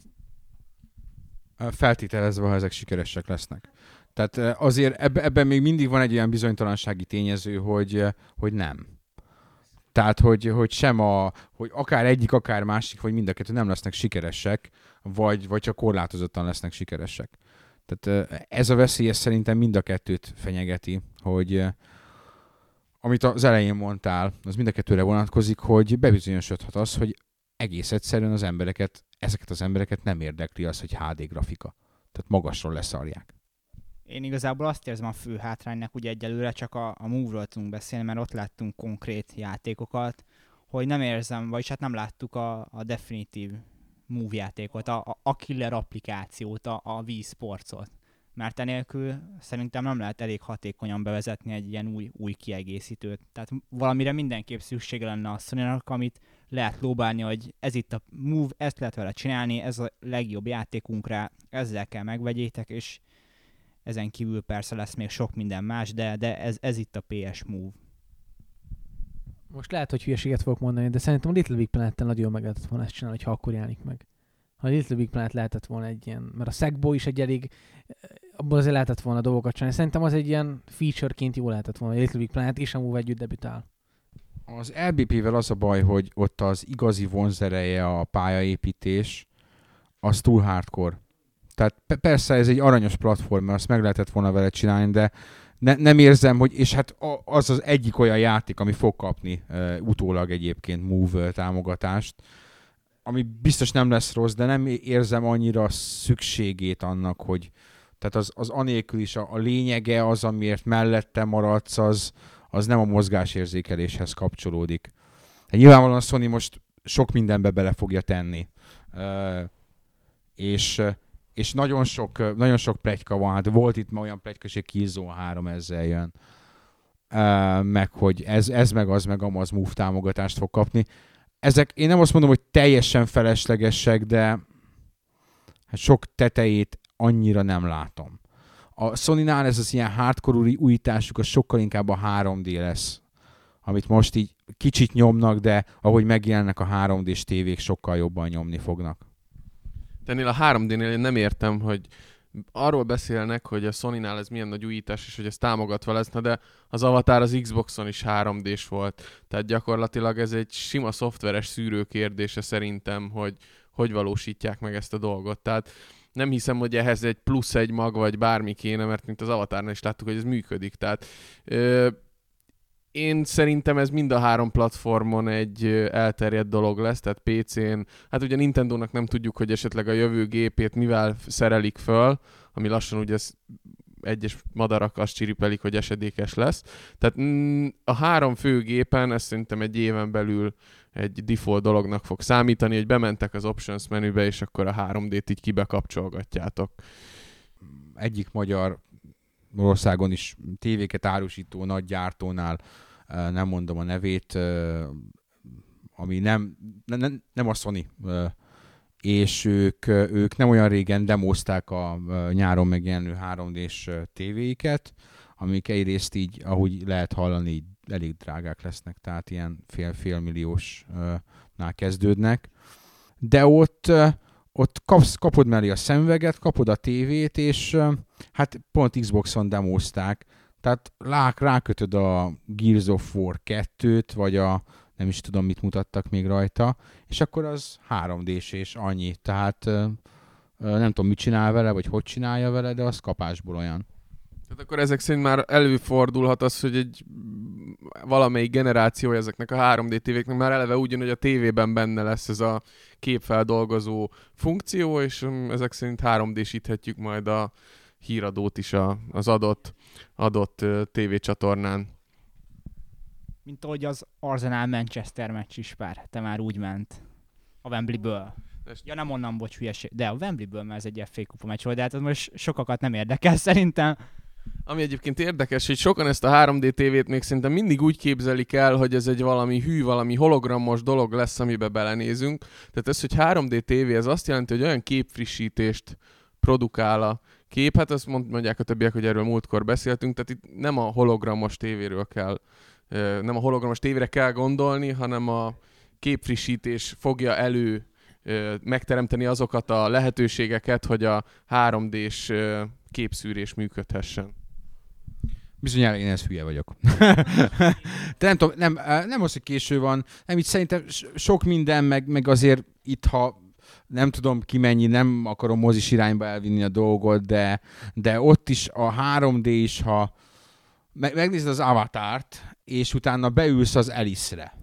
feltételezve, ha ezek sikeresek lesznek. Tehát azért ebben, ebben még mindig van egy olyan bizonytalansági tényező, hogy, hogy nem. Tehát, hogy, hogy sem a, hogy akár egyik, akár másik, vagy mind a kettő nem lesznek sikeresek, vagy, vagy csak korlátozottan lesznek sikeresek. Tehát ez a veszély ez szerintem mind a kettőt fenyegeti, hogy amit az elején mondtál, az mind a kettőre vonatkozik, hogy bebizonyosodhat az, hogy egész egyszerűen az embereket, ezeket az embereket nem érdekli az, hogy há dé grafika. Tehát magasról leszarják. Én igazából azt érzem a fő hátránynak, ugye egyelőre csak a, a Move-ról tudunk beszélni, mert ott láttunk konkrét játékokat, hogy nem érzem, vagyis hát nem láttuk a, a definitív Move játékot, a, a killer applikációt, a, a Wii Sportsot. Mert enélkül szerintem nem lehet elég hatékonyan bevezetni egy ilyen új, új kiegészítőt. Tehát valamire mindenképp szüksége lenne a Sony-nak, amit lehet lóbálni, hogy ez itt a Move, ezt lehet vele csinálni, ez a legjobb játékunk rá, ezzel kell megvegyétek, és ezen kívül persze lesz még sok minden más, de, de ez, ez itt a pé es Move. Most lehet, hogy hülyeséget fogok mondani, de szerintem a Little Big Planet-tel nagyon meg lehetett volna ezt csinálni, ha akkor jelenik meg. Ha a Little Big Planet lehetett volna egy ilyen, mert a Sackboy is egy elég, abból azért lehetett volna dolgokat csinálni. Szerintem az egy ilyen featureként jó lehetett volna, a Little Big Planet és a Move együtt debütál. Az el bé pé-vel az a baj, hogy ott az igazi vonzereje a pályaépítés, az túl hardcore. Tehát persze ez egy aranyos platform, mert azt meg lehetett volna vele csinálni, de ne, nem érzem, hogy, és hát az az egyik olyan játék, ami fog kapni uh, utólag egyébként Move támogatást, ami biztos nem lesz rossz, de nem érzem annyira szükségét annak, hogy tehát az, az anélkül is a, a lényege az, amiért mellette maradsz, az, az nem a mozgásérzékeléshez kapcsolódik. Hát nyilvánvalóan a Sony most sok mindenbe bele fogja tenni. Uh, és és nagyon sok, nagyon sok pletyka van, hát volt itt ma olyan pletyka, hogy Killzone három ezzel jön, uh, meg hogy ez, ez meg az meg amaz Move támogatást fog kapni. Ezek, én nem azt mondom, hogy teljesen feleslegesek, de hát sok tetejét annyira nem látom. A Sony-nál ez az ilyen hardcore újításuk, az sokkal inkább a három dé lesz, amit most így kicsit nyomnak, de ahogy megjelennek a három dés tévék, sokkal jobban nyomni fognak. Ennél a három dé-nél én nem értem, hogy arról beszélnek, hogy a Sony-nál ez milyen nagy újítás, és hogy ez támogatva lesz, de az Avatar az Xboxon is három dés volt. Tehát gyakorlatilag ez egy sima szoftveres szűrő kérdése szerintem, hogy hogy valósítják meg ezt a dolgot. Tehát nem hiszem, hogy ehhez egy plusz egy mag, vagy bármi kéne, mert mint az Avatarnál is láttuk, hogy ez működik. Tehát ö, én szerintem ez mind a három platformon egy elterjedt dolog lesz, tehát pé cén. Hát ugye Nintendónak nem tudjuk, hogy esetleg a jövő gépét mivel szerelik föl, ami lassan ugye egyes madarak azt csiripelik, hogy esedékes lesz. Tehát mm, a három fő gépen ez szerintem egy éven belül egy default dolognak fog számítani, hogy bementek az options menübe, és akkor a három dét így kibekapcsolgatjátok. Egyik magyar országon is tévéket árusító nagy gyártónál, nem mondom a nevét, ami nem, nem, nem a Sony, és ők, ők nem olyan régen demozták a nyáron megjelenő három dés tévéiket, amik egyrészt így, ahogy lehet hallani, így elég drágák lesznek, tehát ilyen fél-fél milliósnál kezdődnek. De ott, ott kapsz, kapod mellé a szemüveget, kapod a tévét, és hát pont Xboxon demozták, tehát rá, rákötöd a Gears of War kettőt, vagy a nem is tudom, mit mutattak még rajta, és akkor az három dés és annyi. Tehát nem tudom, mit csinál vele, vagy hogy csinálja vele, de az kapásból olyan. Tehát akkor ezek szerint már előfordulhat az, hogy egy valamelyik generációja ezeknek a három dé tévéknek már eleve ugyan, hogy a tévében benne lesz ez a képfeldolgozó funkció, és ezek szerint három désíthetjük majd a híradót is a, az adott, adott tévécsatornán. Mint ahogy az Arsenal-Manchester meccs is pár hete már úgy ment. A Wembley-ből. Ja, nem onnan, bocs, hülyeség. De a Wembley-ből, mert ez egy ef á kupa meccs volt, de hát az most sokakat nem érdekel szerintem. Ami egyébként érdekes, hogy sokan ezt a három dé tévét még szerintem mindig úgy képzelik el, hogy ez egy valami hű, valami hologramos dolog lesz, amibe belenézünk. Tehát ez, hogy három dé tévé, ez azt jelenti, hogy olyan képfrissítést produkál a kép. Hát azt mondják a többiek, hogy erről múltkor beszéltünk, tehát itt nem a hologramos tévéről kell nem a hologramos tévére kell gondolni, hanem a képfrissítés fogja elő megteremteni azokat a lehetőségeket, hogy a három dés képszűrés működhessen. Bizonyára én ez hülye vagyok. De nem tudom, nem, nem az, hogy késő van, nem, itt szerintem sok minden, meg, meg azért itt, ha nem tudom ki mennyi, nem akarom mozis irányba elvinni a dolgot, de, de ott is a három dé is, ha megnézed az Avatart, és utána beülsz az Alice-re.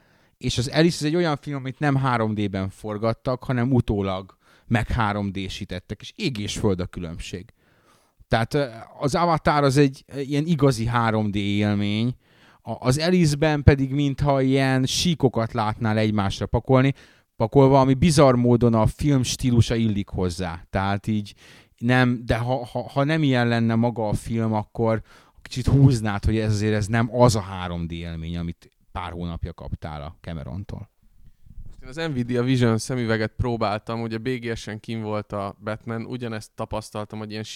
És az Alice ez egy olyan film, amit nem három dében forgattak, hanem utólag meg három désítettek, és ég és föld a különbség. Tehát az Avatar az egy ilyen igazi három dé élmény, az Alice-ben pedig mintha ilyen síkokat látnál egymásra pakolni, pakolva, ami bizarr módon a film stílusa illik hozzá. Tehát így nem, de ha, ha, ha nem ilyen lenne maga a film, akkor kicsit húznád, hogy ez azért ez nem az a három dé élmény, amit pár hónapja kaptál a Camerontól. Én az Nvidia Vision szemüveget próbáltam, ugye bé gé esen kín volt a Batman, ugyanezt tapasztaltam, hogy ilyen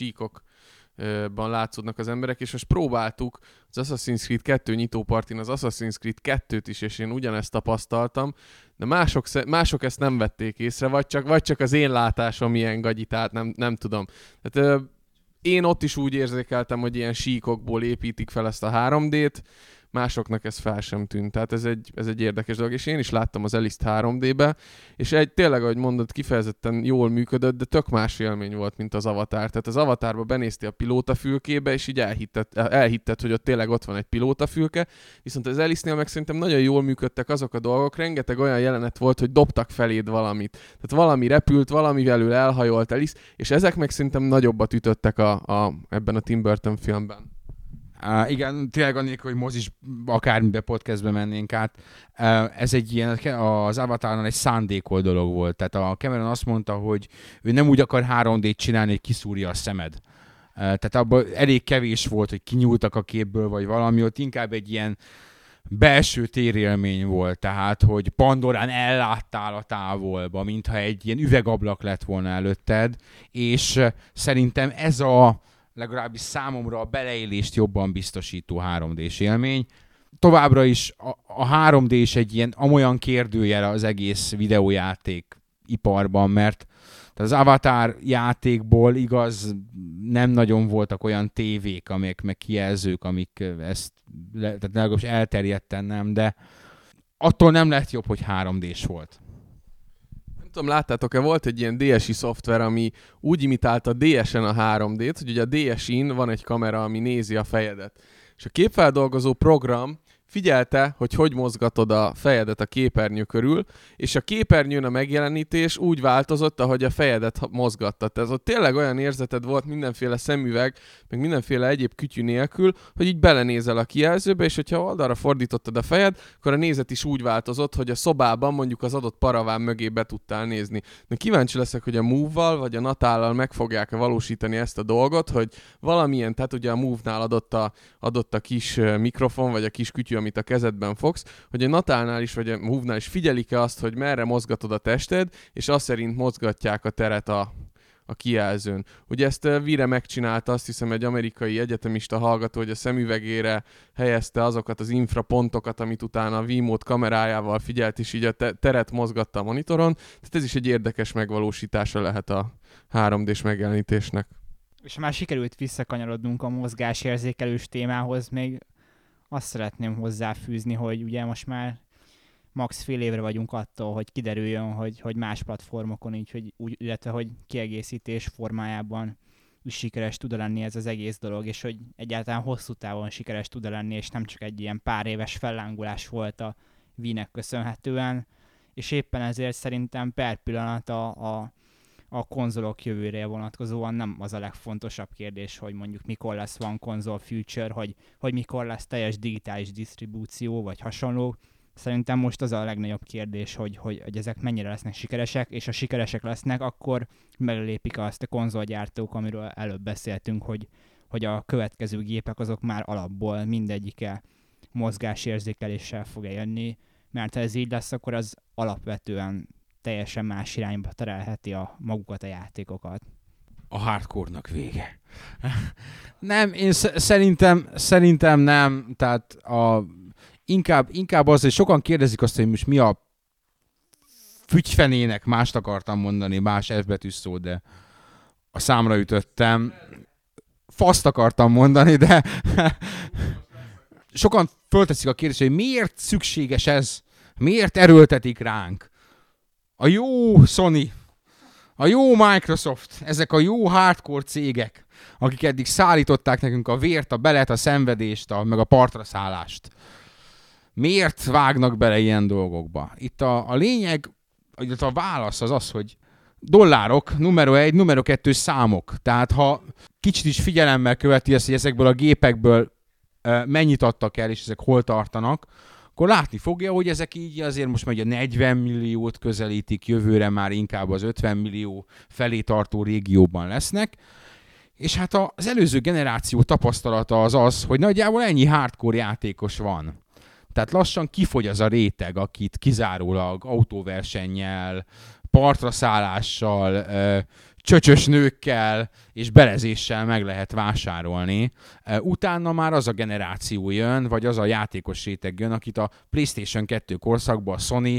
síkokban látszódnak az emberek, és most próbáltuk az Assassin's Creed kettő nyitópartin az Assassin's Creed kettőt is, és én ugyanezt tapasztaltam, de mások, mások ezt nem vették észre, vagy csak, vagy csak az én látásom ilyen gagyi, tehát nem, nem tudom. Tehát, én ott is úgy érzékeltem, hogy ilyen síkokból építik fel ezt a három dét, másoknak ez fel sem tűnt. Tehát ez egy, ez egy érdekes dolog, és én is láttam az Alice-t három dé-be, és egy, tényleg, ahogy mondod, kifejezetten jól működött, de tök más élmény volt, mint az Avatar. Tehát az Avatarba benéztél a pilótafülkébe, és így elhitted, elhitted, hogy ott tényleg ott van egy pilótafülke, viszont az Alice-nél meg szerintem nagyon jól működtek azok a dolgok, rengeteg olyan jelenet volt, hogy dobtak feléd valamit. Tehát valami repült, valami velül elhajolt Alice, és ezek meg szerintem nagyobbat ütöttek a, a, ebben a Tim Burton filmben. Uh, igen, tényleg annélkül, hogy mozis akármibe podcastbe mennénk át. Uh, ez egy ilyen, az Avatarnál egy szándékol dolog volt. Tehát a Cameron azt mondta, hogy ő nem úgy akar három dét csinálni, hogy kiszúrja a szemed. Uh, tehát abban elég kevés volt, hogy kinyúltak a képből, vagy valami, ott inkább egy ilyen belső térélmény volt, tehát, hogy Pandorán elláttál a távolba, mintha egy ilyen üvegablak lett volna előtted, és uh, szerintem ez a legalábbis számomra a beleélést jobban biztosító három dés élmény. Továbbra is a, a három dé is egy ilyen amolyan kérdőjel az egész videójáték iparban, mert az Avatar játékból igaz nem nagyon voltak olyan tévék, amik meg kijelzők, amik ezt tehát legalábbis elterjedten nem, de attól nem lett jobb, hogy három dés volt. tudom, láttátok-e, volt egy ilyen dé es i szoftver, ami úgy imitálta dé esen a három dét, hogy ugye a dé es in van egy kamera, ami nézi a fejedet. És a képfeldolgozó program figyelte, hogy hogy mozgatod a fejedet a képernyő körül, és a képernyőn a megjelenítés úgy változott, ahogy a fejedet mozgattad. Tehát ott tényleg olyan érzeted volt mindenféle szemüveg, meg mindenféle egyéb kütyű nélkül, hogy így belenézel a kijelzőbe, és hogyha oldalra fordítottad a fejed, akkor a nézet is úgy változott, hogy a szobában mondjuk az adott paraván mögé be tudtál nézni. De kíváncsi leszek, hogy a Move-val vagy a Natállal meg fogják-e valósítani ezt a dolgot, hogy valamilyen, tehát ugye a Move-nál adott a, adott a kis mikrofon, vagy a kis kütyű, amit a kezedben fogsz, hogy a Natálnál is, vagy a Move-nál is figyelik-e azt, hogy merre mozgatod a tested, és azt szerint mozgatják a teret a, a kijelzőn. Ugye ezt Vire megcsinálta, azt hiszem egy amerikai egyetemista hallgató, hogy a szemüvegére helyezte azokat az infrapontokat, amit utána a Wiimote kamerájával figyelt, és így a te- teret mozgatta a monitoron. Tehát ez is egy érdekes megvalósítása lehet a három dés megjelenítésnek. És ha már sikerült visszakanyarodnunk a mozgásérzékelős témához, még azt szeretném hozzáfűzni, hogy ugye most már max fél évre vagyunk attól, hogy kiderüljön, hogy, hogy más platformokon így, hogy úgy, illetve hogy kiegészítés formájában is sikeres tud lenni ez az egész dolog, és hogy egyáltalán hosszú távon sikeres tud lenni, és nem csak egy ilyen pár éves fellángolás volt a Wii-nek köszönhetően, és éppen ezért szerintem per pillanat a, a, a konzolok jövőre vonatkozóan nem az a legfontosabb kérdés, hogy mondjuk mikor lesz One Console Future, hogy, hogy mikor lesz teljes digitális disztribúció, vagy hasonló. Szerintem most az a legnagyobb kérdés, hogy, hogy, hogy ezek mennyire lesznek sikeresek, és ha sikeresek lesznek, akkor meglépik azt a konzolgyártók, amiről előbb beszéltünk, hogy, hogy a következő gépek azok már alapból mindegyike mozgásérzékeléssel fog jönni, mert ha ez így lesz, akkor az alapvetően teljesen más irányba terelheti a magukat a játékokat. A hardcore-nak vége. Nem, én sz- szerintem, szerintem nem, tehát a, inkább, inkább az, hogy sokan kérdezik azt, hogy most mi a fügyfenének, mást akartam mondani, más F betűs szó, de a számra ütöttem. Faszt akartam mondani, de sokan fölteszik a kérdést, hogy miért szükséges ez, miért erőltetik ránk. A jó Sony, a jó Microsoft, ezek a jó hardcore cégek, akik eddig szállították nekünk a vért, a belet, a szenvedést, a, meg a partra szállást. Miért vágnak bele ilyen dolgokba? Itt a, a lényeg, a válasz az az, hogy dollárok, numero egy, numero kettő számok. Tehát ha kicsit is figyelemmel követi ezt, hogy ezekből a gépekből uh, mennyit adtak el, és ezek hol tartanak, akkor látni fogja, hogy ezek így azért most már a negyven milliót közelítik, jövőre már inkább az ötven millió felé tartó régióban lesznek. És hát az előző generáció tapasztalata az az, hogy nagyjából ennyi hardcore játékos van. Tehát lassan kifogy az a réteg, akit kizárólag autóversennyel, partraszállással, csöcsös nőkkel és belezéssel meg lehet vásárolni. Utána már az a generáció jön, vagy az a játékos réteg jön, akit a PlayStation kettő korszakban a Sony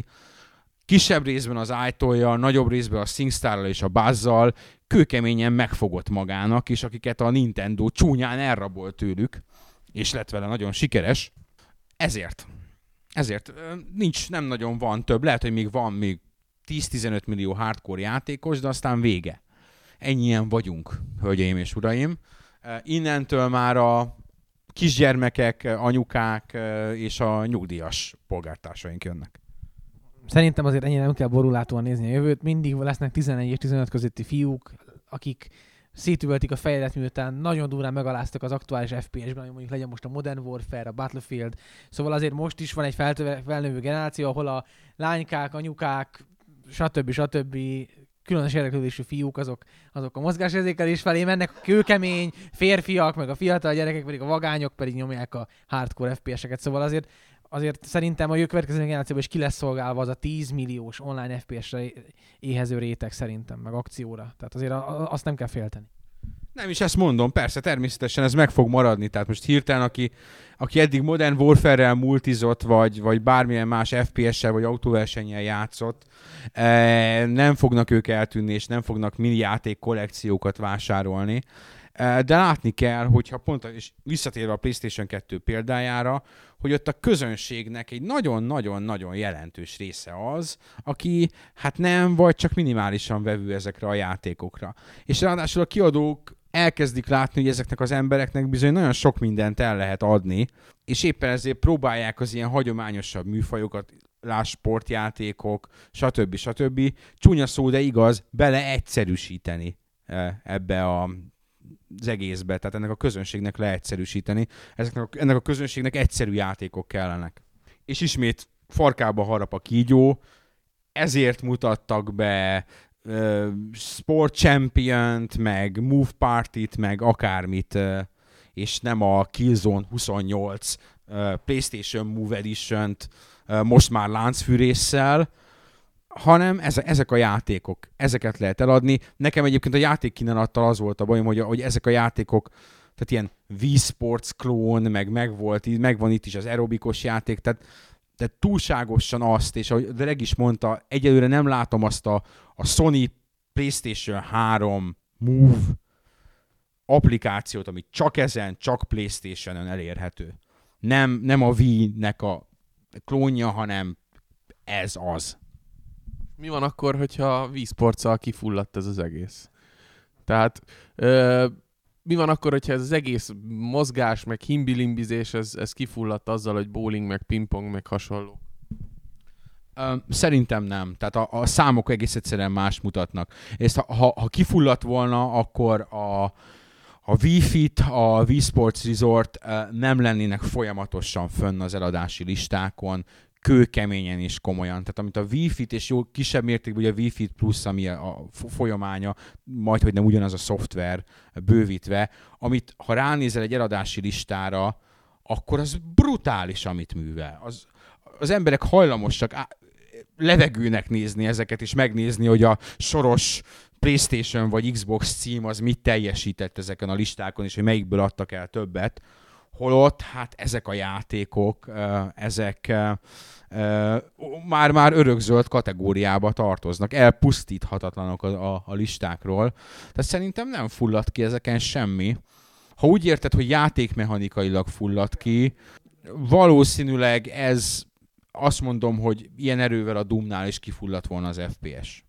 kisebb részben az iToy-jal, nagyobb részben a SingStar-ral és a Buzz-zal kőkeményen megfogott magának, és akiket a Nintendo csúnyán elrabolt tőlük, és lett vele nagyon sikeres. Ezért. Ezért nincs, nem nagyon van több. Lehet, hogy még van még tíz-tizenöt millió hardcore játékos, de aztán vége. Ennyien vagyunk, hölgyeim és uraim. Innentől már a kisgyermekek, anyukák és a nyugdíjas polgártársaink jönnek. Szerintem azért ennyire nem kell borulátóan nézni a jövőt. Mindig lesznek tizenegy és tizenöt közötti fiúk, akik szétüvöltik a fejedet, miután nagyon durán megaláztak az aktuális ef pé es-ben, hogy mondjuk legyen most a Modern Warfare, a Battlefield. Szóval azért most is van egy felnövő generáció, ahol a lánykák, anyukák, stb. stb. Különös érdeklődésű fiúk, azok, azok a mozgásérzékelés felé mennek, a kőkemény férfiak, meg a fiatal gyerekek pedig a vagányok pedig nyomják a hardcore ef pé es-eket. Szóval azért, azért szerintem a következő generációban is ki lesz szolgálva az a tíz milliós online ef pé es-re éhező réteg szerintem, meg akcióra. Tehát azért azt nem kell félteni. Nem is ezt mondom, persze, természetesen ez meg fog maradni. Tehát most hirtelen, aki, aki eddig Modern Warfare-rel multizott, vagy, vagy bármilyen más ef pé es-sel, vagy autóversennyel játszott, nem fognak ők eltűnni, és nem fognak mini játék kollekciókat vásárolni. De látni kell, hogyha pont, és visszatérve a PlayStation kettő példájára, hogy ott a közönségnek egy nagyon-nagyon-nagyon jelentős része az, aki hát nem, vagy csak minimálisan vevő ezekre a játékokra. És ráadásul a kiadók elkezdik látni, hogy ezeknek az embereknek bizony nagyon sok mindent el lehet adni, és éppen ezért próbálják az ilyen hagyományosabb műfajokat, láss sportjátékok, stb. stb. Csúnya szó, de igaz, bele egyszerűsíteni ebbe a, az egészbe, tehát ennek a közönségnek leegyszerűsíteni. Ezeknek a, ennek a közönségnek egyszerű játékok kellenek. És ismét farkába harap a kígyó, ezért mutattak be uh, Sport Champion-t, meg Move Party-t, meg akármit, uh, és nem a Killzone huszonnyolc uh, PlayStation Move Edition-t uh, most már láncfűrésszel, hanem ezek a játékok, ezeket lehet eladni. Nekem egyébként a játékkínálattal az volt a bajom, hogy, hogy ezek a játékok, tehát ilyen Wii Sports klón, meg megvolt, megvan itt is az aerobikos játék, tehát, tehát túlságosan azt, és ahogy Reg is mondta, egyelőre nem látom azt a, a Sony PlayStation három Move applikációt, ami csak ezen, csak PlayStation-ön elérhető. Nem, nem a Wii-nek a klónja, hanem ez az. Mi van akkor, hogyha Wii Sports-szal kifulladt ez az egész? Tehát ö, mi van akkor, hogyha ez az egész mozgás, meg himbilimbizés, ez, ez kifulladt azzal, hogy bowling, meg pingpong, meg hasonló? Szerintem nem. Tehát a, a számok egész egyszerűen más mutatnak. És ha, ha, ha kifulladt volna, akkor a, a Wii Fit, a Wii Sports Resort nem lennének folyamatosan fönn az eladási listákon, kőkeményen és komolyan. Tehát amit a Wii Fit, és jó kisebb mértékben ugye a Wii Fit Plus, ami a folyamánya, majd hogy nem ugyanaz a szoftver bővítve, amit ha ránézel egy eladási listára, akkor az brutális, amit művel. Az, az emberek hajlamosak á, levegőnek nézni ezeket, és megnézni, hogy a soros PlayStation vagy Xbox cím az mit teljesített ezeken a listákon, és hogy melyikből adtak el többet. Holott, hát ezek a játékok, ezek már-már örökzöld kategóriába tartoznak, elpusztíthatatlanok a, a, a listákról. Tehát szerintem nem fulladt ki ezeken semmi. Ha úgy érted, hogy játékmechanikailag fulladt ki, valószínűleg ez, azt mondom, hogy ilyen erővel a Doomnál is kifulladt volna az ef pé es.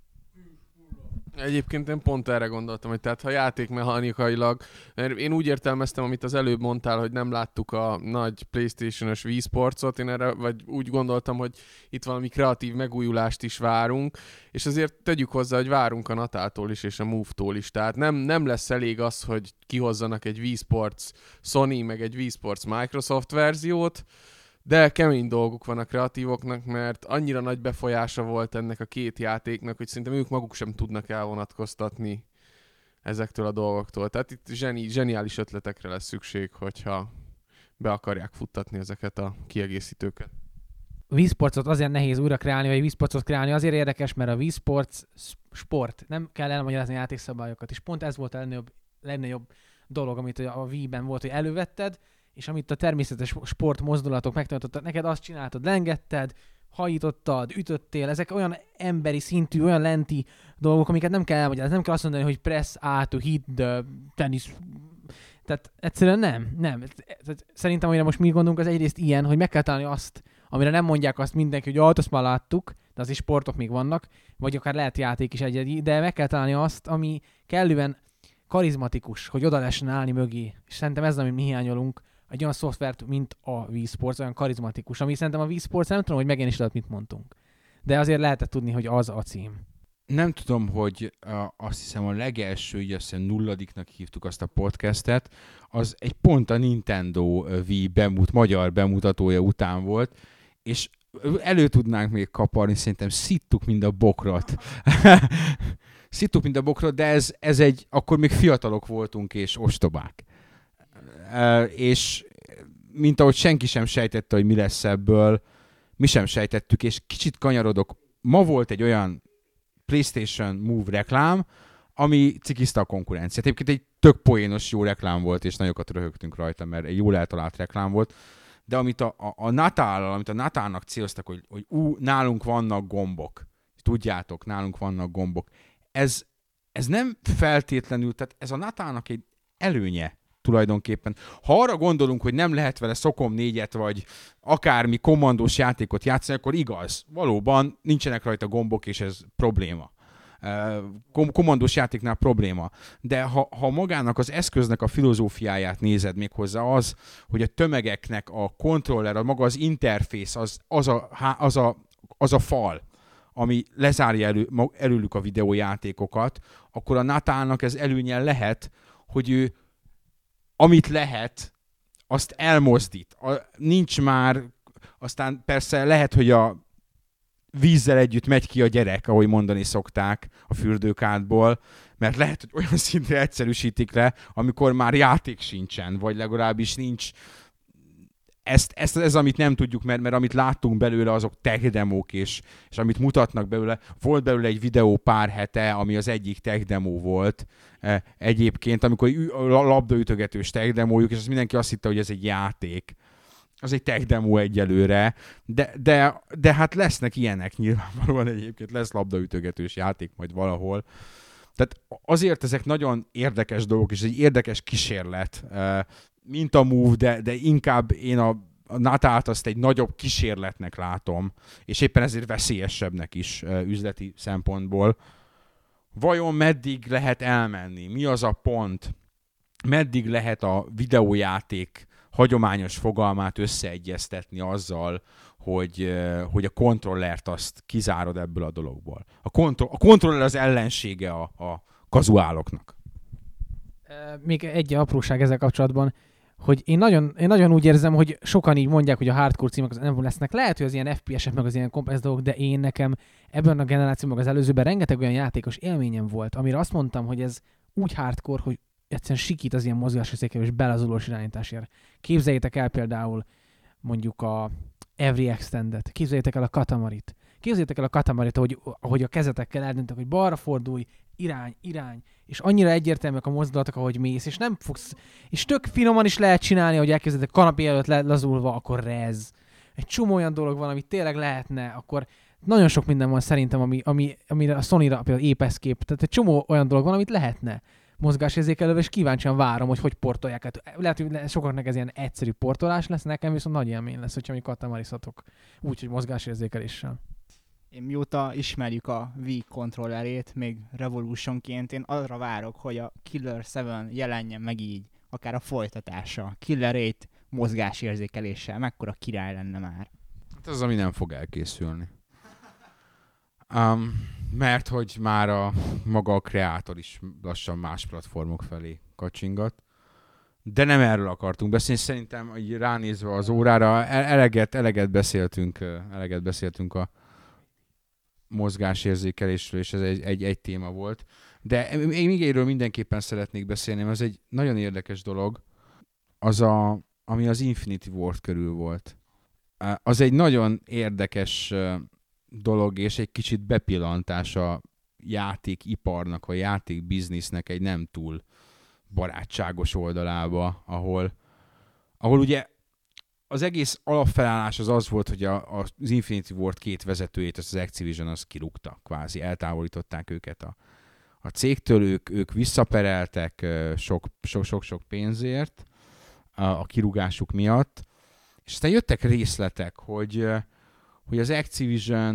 Egyébként én pont erre gondoltam, hogy tehát ha játékmechanikailag, mert én úgy értelmeztem, amit az előbb mondtál, hogy nem láttuk a nagy PlayStation-ös Wii Sports-ot, én erre, vagy úgy gondoltam, hogy itt valami kreatív megújulást is várunk, és azért tegyük hozzá, hogy várunk a Natától is, és a Move-tól is, tehát nem, nem lesz elég az, hogy kihozzanak egy Wii Sports Sony, meg egy Wii Sports Microsoft verziót, de kemény dolgok van a kreatívoknak, mert annyira nagy befolyása volt ennek a két játéknak, hogy szerintem ők maguk sem tudnak elvonatkoztatni ezektől a dolgoktól. Tehát itt zseni, zseniális ötletekre lesz szükség, hogyha be akarják futtatni ezeket a kiegészítőket. Wii Sportsot azért nehéz újra kreálni, vagy Wii Sportsot kreálni azért érdekes, mert a Wii Sports sport, nem kell elmagyarázni a játékszabályokat, és pont ez volt a legnagyobb, legnagyobb dolog, amit a Wii-ben volt, hogy elővetted, és amit a természetes sportmozdulatok megtanítottak, neked azt csináltad, lengetted, hajítottad, ütöttél, ezek olyan emberi szintű, olyan lenti dolgok, amiket nem kell elmagyarázni, nem kell azt mondani, hogy press A to hit the tennis. Tehát egyszerűen nem, nem. Szerintem, amire most mi gondolunk, az egyrészt ilyen, hogy meg kell találni azt, amire nem mondják azt mindenki, hogy ah, azt már láttuk, de az is sportok még vannak, vagy akár lehet játék is egyedi, de meg kell találni azt, ami kellően karizmatikus, hogy oda lehessen állni mögé. És szerintem ez, amit mi hiányolunk, egy olyan szoftvert, mint a Wii Sports, olyan karizmatikus, ami szerintem a Wii Sports, nem tudom, hogy megjelenítsd, mit mondtunk. De azért lehetett tudni, hogy az a cím. Nem tudom, hogy uh, azt hiszem a legelső, így azt hiszem nulladiknak hívtuk azt a podcastet, az egy pont a Nintendo Wii bemut, magyar bemutatója után volt, és elő tudnánk még kaparni, szerintem szittuk mind a bokrot. szittuk mind a bokrot, de ez, ez egy, akkor még fiatalok voltunk és ostobák. Uh, és mint ahogy senki sem sejtette, hogy mi lesz ebből, mi sem sejtettük, és kicsit kanyarodok. Ma volt egy olyan PlayStation Move reklám, ami cikizte a konkurenciát. Egyébként egy tök poénos jó reklám volt, és nagyokat röhögtünk rajta, mert egy jól eltalált reklám volt. De amit a, a, a Natállal, amit a Natálnak céloztak, hogy, hogy ú, nálunk vannak gombok. Tudjátok, nálunk vannak gombok. Ez, ez nem feltétlenül, tehát ez a Natálnak egy előnye tulajdonképpen. Ha arra gondolunk, hogy nem lehet vele szokom négyet, vagy akármi kommandós játékot játszani, akkor igaz. Valóban nincsenek rajta gombok, és ez probléma. Kom- kommandós játéknál probléma. De ha, ha magának az eszköznek a filozófiáját nézed még hozzá, az, hogy a tömegeknek a kontroller, a maga az interfész, az, az, a, az, a, az a fal, ami lezárja elő, előlük a videójátékokat, akkor a Natalnak ez előnye lehet, hogy ő amit lehet, azt elmozdít. A, nincs már, aztán persze lehet, hogy a vízzel együtt megy ki a gyerek, ahogy mondani szokták a fürdőkádból, mert lehet, hogy olyan szintre egyszerűsítik le, amikor már játék sincsen, vagy legalábbis nincs. Ezt, ezt ez, amit nem tudjuk, mert, mert amit láttunk belőle, azok tech demók, és, és amit mutatnak belőle. Volt belőle egy videó pár hete, ami az egyik tech demo volt egyébként, amikor a labdaütögetős tech demójuk, és azt mindenki azt hitte, hogy ez egy játék. Az egy tech demo egyelőre, de, de, de hát lesznek ilyenek nyilvánvalóan egyébként, lesz labdaütögetős játék majd valahol. Tehát azért ezek nagyon érdekes dolgok, és egy érdekes kísérlet, mint a Move, de, de inkább én a, a Natalt azt egy nagyobb kísérletnek látom, és éppen ezért veszélyesebbnek is üzleti szempontból. Vajon meddig lehet elmenni? Mi az a pont? Meddig lehet a videójáték hagyományos fogalmát összeegyeztetni azzal, hogy, hogy a kontrollert azt kizárod ebből a dologból. A, kontro- a kontroller az ellensége a, a kazuáloknak. Még egy apróság ezzel kapcsolatban, hogy én nagyon, én nagyon úgy érzem, hogy sokan így mondják, hogy a hardcore címek az nem lesznek. Lehet, hogy az ilyen ef pé es-ek meg az ilyen komplex dolgok, de én nekem ebben a generációban, meg az előzőben rengeteg olyan játékos élményem volt, amire azt mondtam, hogy ez úgy hardcore, hogy egyszerűen sikít az ilyen mozgásérzékelő és belazulós irányításért. Képzeljétek el például mondjuk a Every Extended, képzeljétek el a Katamarit. Képzeljétek el a Katamarit, ahogy, ahogy a kezetekkel eldöntek, hogy balra fordulj, irány, irány, és annyira egyértelműek a mozdulatok, ahogy mész, és nem fogsz, és tök finoman is lehet csinálni, hogy elkezded a kanapé előtt lazulva, akkor rez. Egy csomó olyan dolog van, amit tényleg lehetne, akkor nagyon sok minden van szerintem, ami, ami, amire a Sony-ra, például Ape Escape, tehát egy csomó olyan dolog van, amit lehetne mozgásérzékelővel, és kíváncsian várom, hogy hogy portolják. Hát lehet, hogy sokaknak ez ilyen egyszerű portolás lesz, nekem viszont nagy élmény lesz, hogyha mi katamariszatok úgy, hogy mozgásérzékeléssel. Én mióta ismerjük a Wii kontrollerét, még Revolutionként, én arra várok, hogy a Killer seven jelenjen meg így, akár a folytatása. Killer eight mozgásérzékeléssel, mekkora király lenne már. Hát ez ami nem fog elkészülni. Um, mert hogy már a maga a kreátor is lassan más platformok felé kacsingat. De nem erről akartunk beszélni. Szerintem, hogy ránézve az órára, eleget, eleget, beszéltünk, eleget beszéltünk a mozgásérzékelésről, és ez egy, egy, egy téma volt. De én még erről mindenképpen szeretnék beszélni, mert ez egy nagyon érdekes dolog, az a, ami az Infinity Ward körül volt. Az egy nagyon érdekes dolog, és egy kicsit bepillantás a játékiparnak, a játékbiznisznek egy nem túl barátságos oldalába, ahol, ahol ugye az egész alapfelállás az az volt, hogy a, az Infinity Ward két vezetőjét, az Activision, az kirúgta, kvázi eltávolították őket a, a cégtől, ők, ők visszapereltek sok-sok pénzért a, a kirúgásuk miatt, és aztán jöttek részletek, hogy, hogy az Activision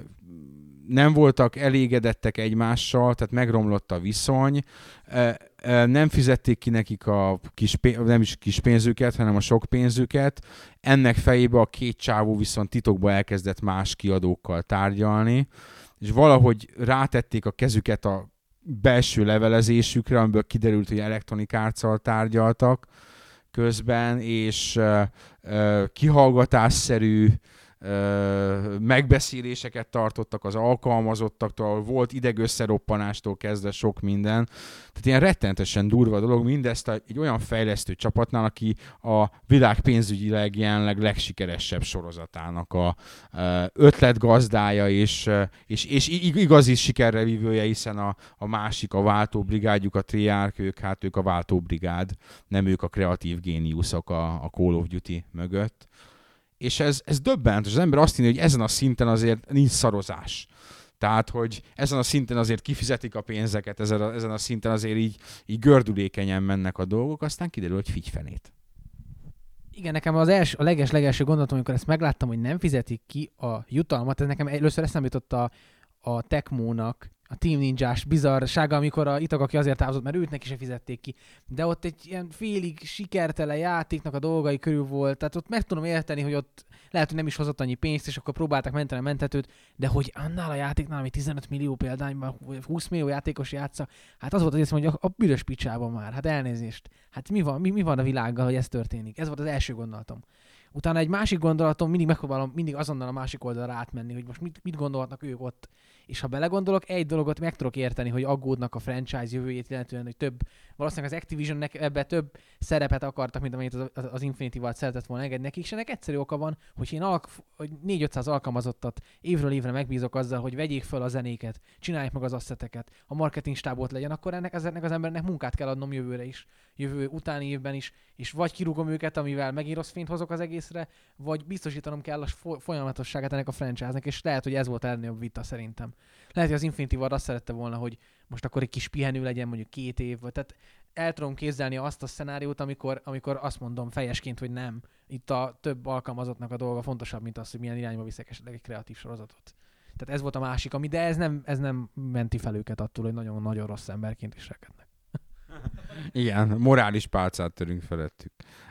nem voltak elégedettek egymással, tehát megromlott a viszony, nem fizették ki nekik a kis pénz, nem is kis pénzüket, hanem a sok pénzüket. Ennek fejébe a két csávó viszont titokba elkezdett más kiadókkal tárgyalni, és valahogy rátették a kezüket a belső levelezésükre, amiből kiderült, hogy Electronic Arts-szal tárgyaltak közben, és kihallgatásszerű megbeszéléseket tartottak az alkalmazottaktól, volt idegösszeroppanástól kezdve sok minden. Tehát ilyen rettenetesen durva dolog, mindezt egy olyan fejlesztő csapatnál, aki a világ pénzügyileg jelenleg legsikeresebb sorozatának a ötletgazdája, és, és, és igazi sikerre vívője, hiszen a, a másik, a váltóbrigádjuk, a Treyarch, ők, hát ők a váltóbrigád, nem ők a kreatív géniuszok a, a Call of Duty mögött. És ez, ez döbbent, az ember azt hinné, hogy ezen a szinten azért nincs szarozás. Tehát, hogy ezen a szinten azért kifizetik a pénzeket, ezen a, ezen a szinten azért így, így gördülékenyen mennek a dolgok, aztán kiderül, hogy figyfenét. Igen, nekem az els, a leges-legelső gondolatom, amikor ezt megláttam, hogy nem fizetik ki a jutalmat, ez nekem először eszembe jutott a, a Tecmónak, a Team Ninjás bizarsága, amikor a Itagaki azért távozott, mert őt neki se fizették ki. De ott egy ilyen félig sikertelen játéknak a dolgai körül volt, tehát ott meg tudom érteni, hogy ott lehet, hogy nem is hozott annyi pénzt, és akkor próbálták menteni a mentetőt, de hogy annál a játéknál, ami tizenöt millió példányban, vagy húsz millió játékos játsza, hát az volt az észre, hogy a, a büdös picsában már, hát elnézést. Hát mi van, mi, mi van a világgal, hogy ez történik? Ez volt az első gondolatom. Utána egy másik gondolatom, mindig megpróbálom mindig azonnal a másik oldalra átmenni, hogy most mit, mit gondolhatnak ők ott. És ha belegondolok, egy dologot meg tudok érteni, hogy aggódnak a franchise jövőjét, illetően, hogy több, valószínűleg az Activisionnek ebbe több szerepet akartak, mint amennyit az, az Infinity Ward szeretett volna engedni nekik, és ennek egyszerű oka van, hogy én alk, hogy négy-ötszáz alkalmazottat évről évre megbízok azzal, hogy vegyék fel a zenéket, csinálják meg az asszeteket, a marketing stábot legyen, akkor ennek, ennek az embernek munkát kell adnom jövőre is, jövő utáni évben is, és vagy kirúgom őket, amivel megint rossz fényt hozok az egészre, vagy biztosítanom kell a folyamatosságát ennek a franchise-nek, és lehet, hogy ez volt a legnagyobb vita szerintem. Lehet, hogy az Infinity Ward azt szerette volna, hogy most akkor egy kis pihenő legyen, mondjuk két év, vagy tehát el tudom képzelni azt a szenáriót, amikor, amikor azt mondom fejesként, hogy nem. Itt a több alkalmazottnak a dolga fontosabb, mint az, hogy milyen irányba viszek esetleg egy kreatív sorozatot. Tehát ez volt a másik, ami, de ez nem, ez nem menti fel őket attól, hogy nagyon-nagyon rossz emberként viselkednek. Igen, morális pálcát törünk felettük.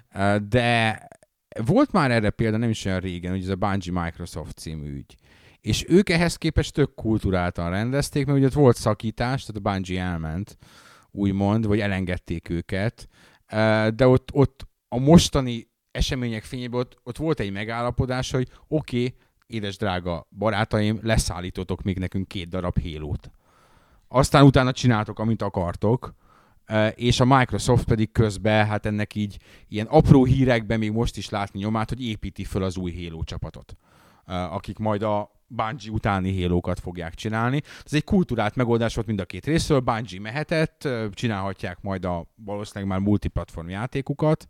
De volt már erre példa, nem is olyan régen, hogy ez a Bungie Microsoft című ügy. És ők ehhez képest tök kulturáltan rendezték, mert ugye ott volt szakítás, tehát a Bungie elment, úgymond, vagy elengedték őket, de ott, ott a mostani események fényében ott, ott volt egy megállapodás, hogy oké, okay, édes drága barátaim, leszállítotok még nekünk két darab Halo-t. Aztán utána csináltok, amit akartok, és a Microsoft pedig közben, hát ennek így ilyen apró hírekben még most is látni nyomát, hogy építi föl az új Halo csapatot, akik majd a Bungie utáni Halo-kat fogják csinálni. Ez egy kulturált megoldás volt mind a két részről, Bungie mehetett, csinálhatják majd a valószínűleg már multiplatform játékukat,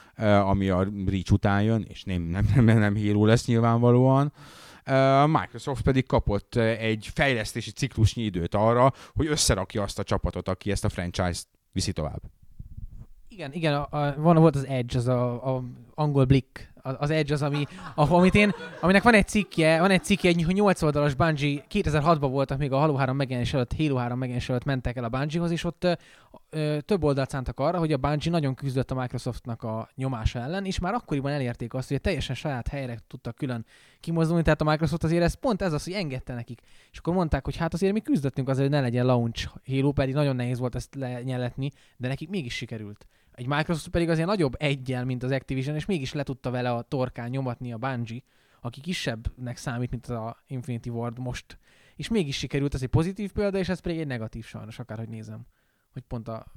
ami a Reach után jön, és nem, nem, nem, nem Halo lesz nyilvánvalóan. A Microsoft pedig kapott egy fejlesztési ciklusnyi időt arra, hogy összerakja azt a csapatot, aki ezt a franchise-t viszi tovább. Igen, igen, a, a, van, volt az Edge, az a, a angol Blick, az Edge az, ami, amit én, aminek van egy cikkje, van egy cikkje, egy nyolc oldalas Bungie, kétezer-hatban voltak még a Halo három megjelenés előtt, Halo három megjelenés előtt mentek el a Bungiehoz, és ott ö, ö, több oldalt szántak arra, hogy a Bungie nagyon küzdött a Microsoftnak a nyomása ellen, és már akkoriban elérték azt, hogy teljesen saját helyre tudtak külön kimozdulni, tehát a Microsoft azért ez pont ez az, hogy engedte nekik. És akkor mondták, hogy hát azért mi küzdöttünk azért, hogy ne legyen launch Halo, pedig nagyon nehéz volt ezt lenyeletni, de nekik mégis sikerült. Egy Microsoft pedig azért nagyobb eggyel, mint az Activision, és mégis le tudta vele a torkán nyomatni a Bungie, aki kisebbnek számít, mint az Infinity Ward most. És mégis sikerült, ez egy pozitív példa, és ez pedig egy negatív sajnos, akárhogy nézem. Hogy pont a...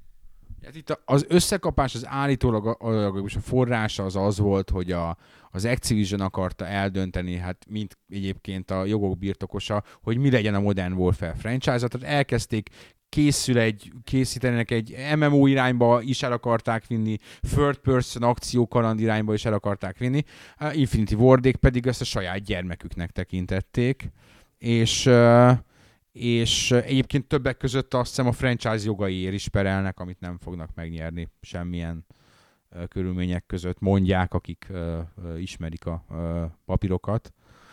Hát itt az összekapás, az állítólag a, a, a forrása az az volt, hogy a, az Activision akarta eldönteni, hát mint egyébként a jogok birtokosa, hogy mi legyen a Modern Warfare franchise-a. Tehát elkezdték készül egy, készítenek egy em em o irányba is el akarták vinni, third person akció kaland irányba is el akarták vinni, Infinity Wardék pedig ezt a saját gyermeküknek tekintették, és, és egyébként többek között azt hiszem a franchise jogaiért is perelnek, amit nem fognak megnyerni semmilyen körülmények között, mondják, akik ismerik a papírokat.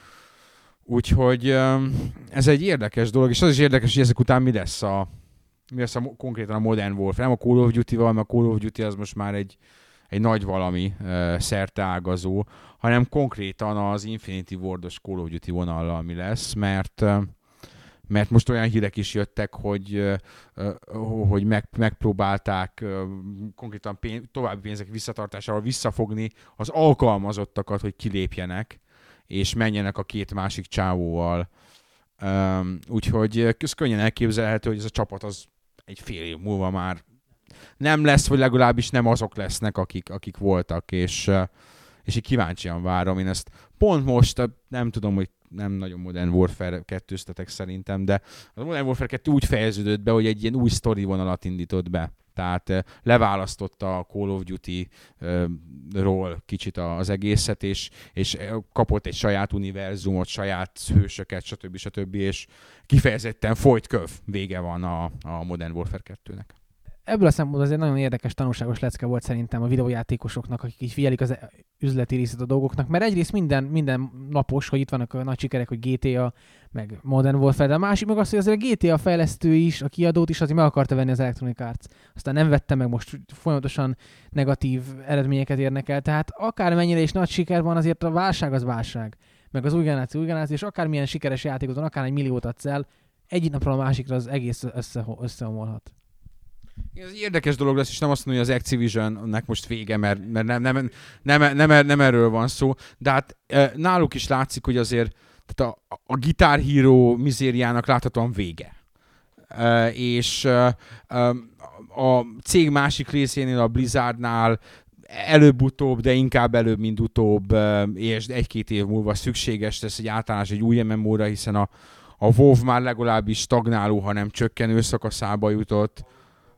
Úgyhogy ez egy érdekes dolog, és az is érdekes, hogy ezek után mi lesz a, mi lesz a konkrétan a Modern Warfare. Nem a Call of Duty-val, mert a Call of Duty az most már egy, egy nagy valami uh, szerteágazó, hanem konkrétan az Infinity Ward-os Call of Duty vonallal mi lesz, mert, uh, mert most olyan hírek is jöttek, hogy, uh, uh, hogy meg, megpróbálták uh, konkrétan pén- további pénzek visszatartásával visszafogni az alkalmazottakat, hogy kilépjenek, és menjenek a két másik csávóval. Um, úgyhogy ez könnyen elképzelhető, hogy ez a csapat az egy fél év múlva már nem lesz, vagy legalábbis nem azok lesznek, akik, akik voltak, és, és így kíváncsian várom. Én ezt pont most, nem tudom, hogy nem nagyon Modern Warfare kettőztetek szerintem, de a Modern Warfare kettő úgy fejeződött be, hogy egy ilyen új sztori vonalat indított be. Tehát leválasztotta a Call of Duty-ról kicsit az egészet, és, és kapott egy saját univerzumot, saját hősöket, stb. stb. És kifejezetten folyt köv vége van a, a Modern Warfare kettőnek. Ebből a szempontból azért nagyon érdekes, tanulságos lecke volt szerintem a videójátékosoknak, akik így figyelik az üzleti részét a dolgoknak, mert egyrészt minden, minden napos, hogy itt vannak a nagy sikerek, hogy gé té á, meg Modern Warfare, de a másik meg az, hogy azért a gé té á fejlesztő is, a kiadót is azért meg akarta venni az Electronic Arts. Aztán nem vette meg, most folyamatosan negatív eredményeket érnek el, tehát akármennyire is nagy siker van, azért a válság az válság. Meg az új generáció, új generáció, és akármilyen sikeres játékot van, akár egy milliót adsz el, egyik napról a másikra az egész össze, összeomolhat. Ez egy érdekes dolog lesz, és nem azt mondom, hogy az Activisionnek most vége, mert, mert nem, nem, nem, nem, nem erről van szó, de hát náluk is látszik, hogy azért tehát a, a Guitar Hero mizériának láthatóan vége. És a cég másik részénél, a Blizzardnál előbb-utóbb, de inkább előbb, mint utóbb, és egy-két év múlva szükséges lesz egy általános egy új em em o-ra, hiszen a, a WoW már legalábbis stagnáló, hanem csökkenő szakaszába jutott.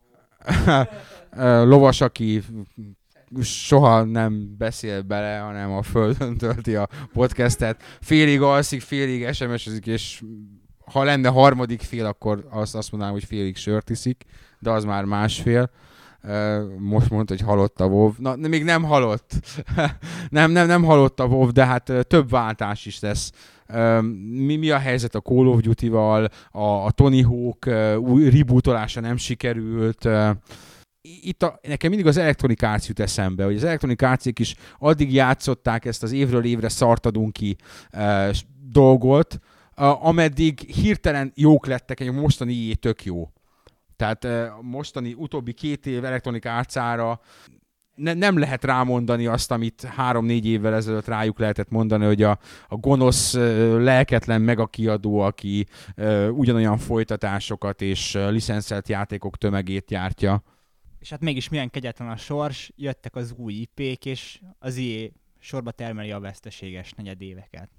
Lovas, aki soha nem beszél bele, hanem a földön tölti a podcastet. Félig alszik, félig es em es-ezik, és ha lenne harmadik fél, akkor azt, azt mondanám, hogy félig sört iszik, de az már másfél. Most mondta, hogy halott a WoW. Na, még nem halott. nem, nem, nem halott a WoW, de hát több váltás is lesz. Mi, mi a helyzet a Call of Duty-val, a, a Tony Hawk új rebootolása nem sikerült. Itt a, nekem mindig az Electronic Arts jut eszembe, hogy az Electronic Arts-ék is addig játszották ezt az évről évre szart adunk ki uh, dolgot, uh, ameddig hirtelen jók lettek, egy mostani í á tök jó. Tehát uh, mostani utóbbi két év Electronic Arts-ára ne, nem lehet rámondani azt, amit három-négy évvel ezelőtt rájuk lehetett mondani, hogy a, a gonosz, lelketlen megakiadó, aki uh, ugyanolyan folytatásokat és uh, licenszelt játékok tömegét gyártja. És hát mégis milyen kegyetlen a sors, jöttek az új í pék, és az í á sorba termeli a veszteséges negyedéveket.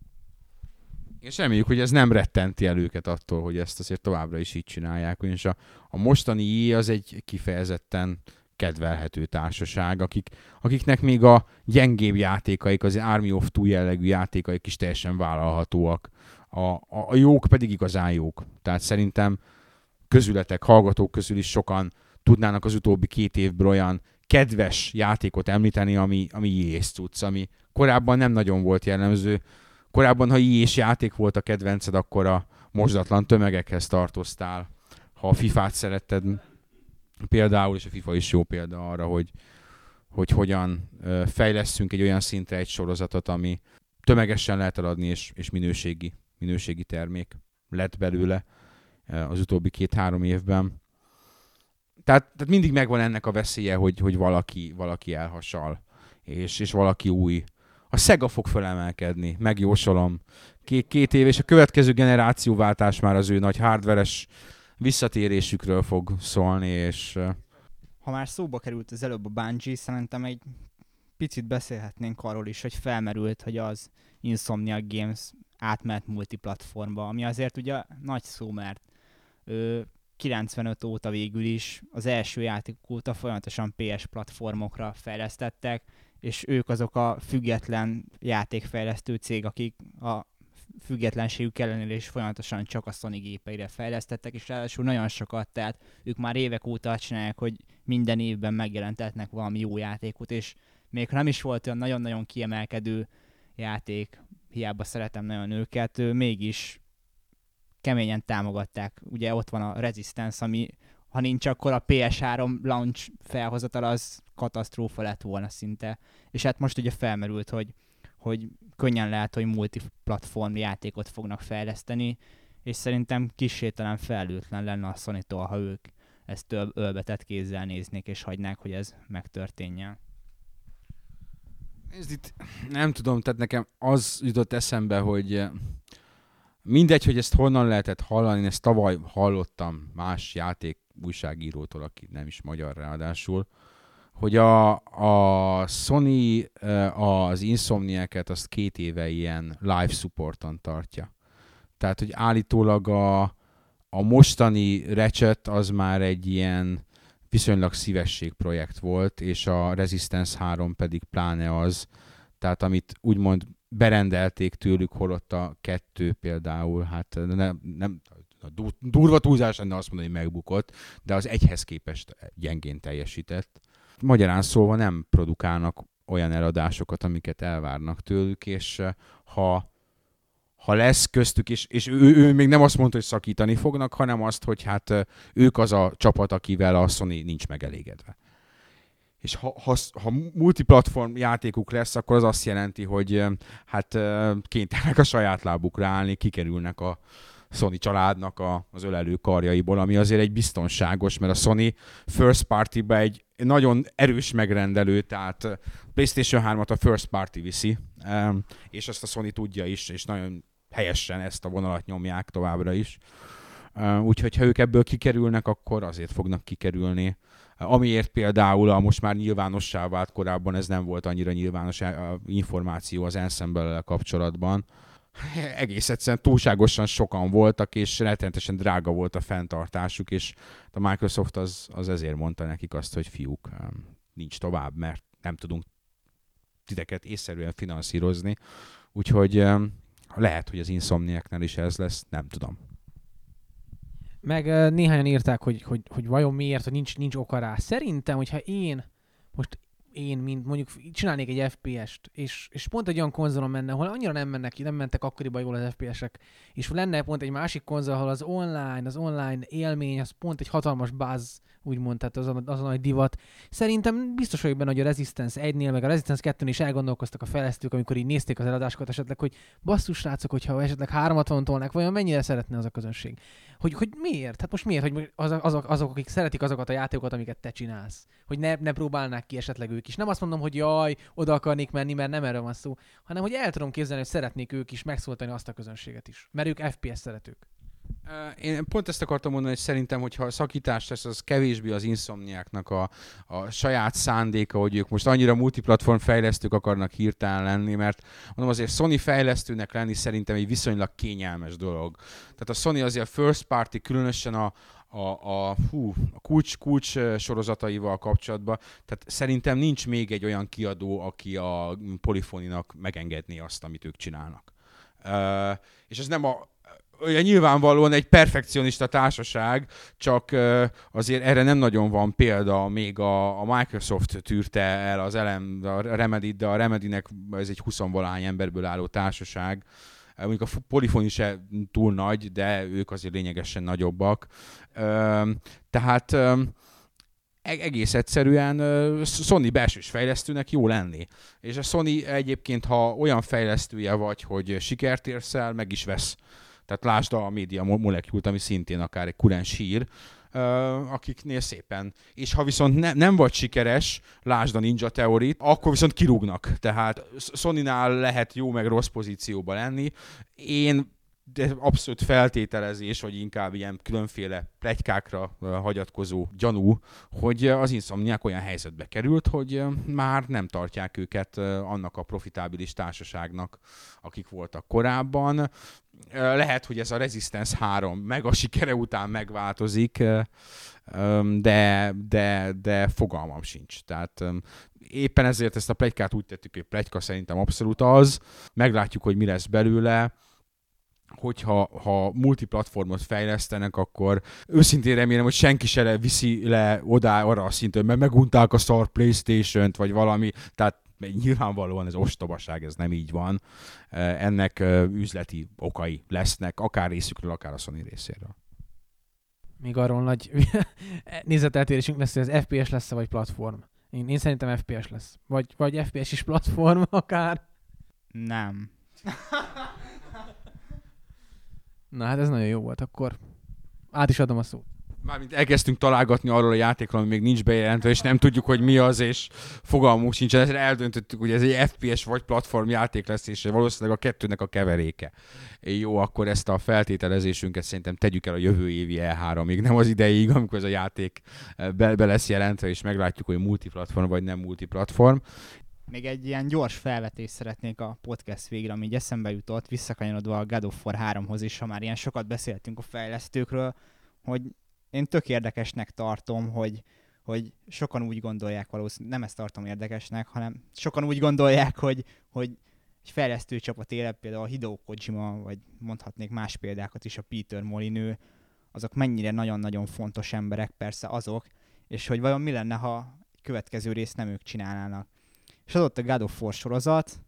És reméljük, hogy ez nem rettenti el őket attól, hogy ezt azért továbbra is így csinálják. Ugyanis a, a mostani í á az egy kifejezetten kedvelhető társaság, akik, akiknek még a gyengébb játékaik, az Army of Two jellegű játékaik is teljesen vállalhatóak. A, a, a jók pedig igazán jók. Tehát szerintem közületek, hallgatók közül is sokan tudnának az utóbbi két évből olyan kedves játékot említeni, ami, ami í á-s cucc, ami korábban nem nagyon volt jellemző. Korábban, ha í á-s játék volt a kedvenced, akkor a mosdatlan tömegekhez tartoztál. Ha a fifát szeretted, például, és a FIFA is jó példa arra, hogy, hogy hogyan fejlesszünk egy olyan szintre egy sorozatot, ami tömegesen lehet eladni, és, és minőségi, minőségi termék lett belőle az utóbbi két-három évben. Tehát, tehát mindig megvan ennek a veszélye, hogy, hogy valaki, valaki elhasal, és, és valaki új. A Sega fog fölemelkedni, megjósolom. Két, két év, és a következő generációváltás már az ő nagy hardveres visszatérésükről fog szólni, és... Ha már szóba került az előbb a Bungie, szerintem egy picit beszélhetnénk arról is, hogy felmerült, hogy az Insomniac Games átmehet multiplatformba, ami azért ugye nagy szó, mert ö, kilencvenöt óta végül is az első játék óta folyamatosan pé es platformokra fejlesztettek, és ők azok a független játékfejlesztő cég, akik a függetlenségük ellenére is folyamatosan csak a Sony gépeire fejlesztettek, és ráadásul nagyon sokat, tehát ők már évek óta csinálják, hogy minden évben megjelentetnek valami jó játékot, és még ha nem is volt olyan nagyon-nagyon kiemelkedő játék, hiába szeretem nagyon őket, mégis keményen támogatták. Ugye ott van a Resistance, ami ha nincs, akkor a pé es három launch felhozatal az katasztrófa lett volna szinte. És hát most ugye felmerült, hogy, hogy könnyen lehet, hogy multiplatform játékot fognak fejleszteni, és szerintem kissé talán felelőtlen lenne a Sony-tól, ha ők ezt több ölbetett kézzel néznék, és hagynák, hogy ez megtörténjen. Nézd itt, nem tudom, tehát nekem az jutott eszembe, hogy mindegy, hogy ezt honnan lehetett hallani, én ezt tavaly hallottam más játék újságírótól, aki nem is magyar ráadásul, hogy a, a Sony az Insomniac-et azt két éve ilyen live supporton tartja. Tehát, hogy állítólag a, a mostani Ratchet az már egy ilyen viszonylag szívességprojekt volt, és a Resistance három pedig pláne az, tehát amit úgymond berendelték tőlük, holott a kettő például, hát nem, nem durva túlzás lenne azt mondani, hogy megbukott, de az egyhez képest gyengén teljesített. Magyarán szólva nem produkálnak olyan eladásokat, amiket elvárnak tőlük, és ha, ha lesz köztük, és, és ő, ő még nem azt mondta, hogy szakítani fognak, hanem azt, hogy hát ők az a csapat, akivel a Sony nincs megelégedve. És ha, ha, ha multiplatform játékuk lesz, akkor az azt jelenti, hogy hát kénytelenek a saját lábukra állni, kikerülnek a Sony családnak a, az ölelő karjaiból, ami azért egy biztonságos, mert a Sony first party-be egy nagyon erős megrendelő, tehát PlayStation hármat a first party viszi, és ezt a Sony tudja is, és nagyon helyesen ezt a vonalat nyomják továbbra is. Úgyhogy ha ők ebből kikerülnek, akkor azért fognak kikerülni. Amiért például a most már nyilvánossá vált, korábban ez nem volt annyira nyilvános információ az Ensemble-lel kapcsolatban. Egész egyszerűen túlságosan sokan voltak, és rettenetesen drága volt a fenntartásuk, és a Microsoft az, az ezért mondta nekik azt, hogy fiúk, nincs tovább, mert nem tudunk titeket észszerűen finanszírozni. Úgyhogy lehet, hogy az Insomniacnál is ez lesz, nem tudom. Meg uh, néhányan írták, hogy, hogy, hogy vajon miért, hogy nincs, nincs oka rá. Szerintem, hogyha én, most én, mint mondjuk csinálnék egy ef pé est, és, és pont egy olyan konzolon menne, ahol annyira nem mennek, nem mentek akkoriban jól az ef pé esek, és lenne pont egy másik konzol, ahol az online, az online élmény, az pont egy hatalmas buzz, úgymond, tehát az a, az a nagy divat. Szerintem biztos vagyok benne, hogy a Resistance egynél, meg a Resistance kettőn is elgondolkoztak a fejlesztők, amikor így nézték az eladásokat esetleg, hogy basszus srácok, hogyha esetleg háromszázhatvan tolnák, vajon mennyire szeretne az a közönség? Hogy, hogy miért? Hát most miért? Hogy azok, azok, azok, akik szeretik azokat a játékokat, amiket te csinálsz. Hogy ne, ne próbálnák ki esetleg ők is. Nem azt mondom, hogy jaj, oda akarnék menni, mert nem erről van szó, hanem hogy el tudom képzelni, hogy szeretnék ők is megszólítani azt a közönséget is. Mert ők ef pé es szeretők. Én pont ezt akartam mondani, hogy szerintem, hogyha szakítás lesz, az kevésbé az Insomniacnak a, a saját szándéka, hogy ők most annyira multiplatform fejlesztők akarnak hirtelen lenni, mert mondom, azért Sony fejlesztőnek lenni szerintem egy viszonylag kényelmes dolog. Tehát a Sony azért a first party, különösen a, a, a, hú, a kulcs, kulcs sorozataival kapcsolatban, tehát szerintem nincs még egy olyan kiadó, aki a Polyphony-nak megengedné azt, amit ők csinálnak. Uh, és ez nem a olyan nyilvánvalóan egy perfekcionista társaság, csak azért erre nem nagyon van példa, még a, a Microsoft tűrte el az elem, a Remedy-t, de a Remedy-nek ez egy huszonvalahány emberből álló társaság. Mondjuk a Polyphony se túl nagy, de ők azért lényegesen nagyobbak. Tehát egész egyszerűen Sony belsős fejlesztőnek jó lenni. És a Sony egyébként, ha olyan fejlesztője vagy, hogy sikert érsz el, meg is vesz. Tehát lásd a Media Molecule-t, ami szintén akár egy kurens hír, akiknél szépen. És ha viszont ne, nem vagy sikeres, lásd a Ninja Theory-t, akkor viszont kirúgnak. Tehát Sonynál lehet jó meg rossz pozícióba lenni. Én de abszolút feltételezés, vagy inkább ilyen különféle pletykákra hagyatkozó gyanú, hogy az Insomniac olyan helyzetbe került, hogy már nem tartják őket annak a profitábilis társaságnak, akik voltak korábban. Lehet, hogy ez a Resistance három meg a sikere után megváltozik, de, de, de fogalmam sincs. Tehát éppen ezért ezt a pletykát úgy tettük, hogy pletyka szerintem abszolút az. Meglátjuk, hogy mi lesz belőle. Hogyha ha multiplatformot fejlesztenek, akkor őszintén remélem, hogy senki se viszi le oda arra a szinten, mert megunták a szar PlayStation-t, vagy valami, tehát nyilvánvalóan ez ostobaság, ez nem így van. Ennek üzleti okai lesznek, akár részükről, akár a Sony részéről. Még arról nagy nézeteltérésünk lesz, hogy az ef pé es lesz, vagy platform. Én, én szerintem ef pé es lesz. Vagy, vagy ef pé es is platform akár. Nem. Na hát ez nagyon jó volt, akkor át is adom a szót. Mármint elkezdtünk találgatni arról a játékról, ami még nincs bejelentve, és nem tudjuk, hogy mi az, és fogalmunk sincs. Ezért eldöntöttük, hogy ez egy ef pé es vagy platform játék lesz, és valószínűleg a kettőnek a keveréke. Jó, akkor ezt a feltételezésünket szerintem tegyük el a jövő évi E háromig, nem az idejéig, amikor ez a játék be, be lesz jelentve, és meglátjuk, hogy multiplatform vagy nem multiplatform. Még egy ilyen gyors felvetést szeretnék a podcast végre, ami így eszembe jutott, visszakanyarodva a God of War háromhoz is, ha már ilyen sokat beszéltünk a fejlesztőkről, hogy én tök érdekesnek tartom, hogy, hogy sokan úgy gondolják valószínűleg, nem ezt tartom érdekesnek, hanem sokan úgy gondolják, hogy, hogy egy fejlesztő csapat élet, például a Hideo Kojima, vagy mondhatnék más példákat is, a Peter Molyneux, azok mennyire nagyon-nagyon fontos emberek, persze azok, és hogy vajon mi lenne, ha következő részt nem ők csinálnának. És adott a God of War sorozat,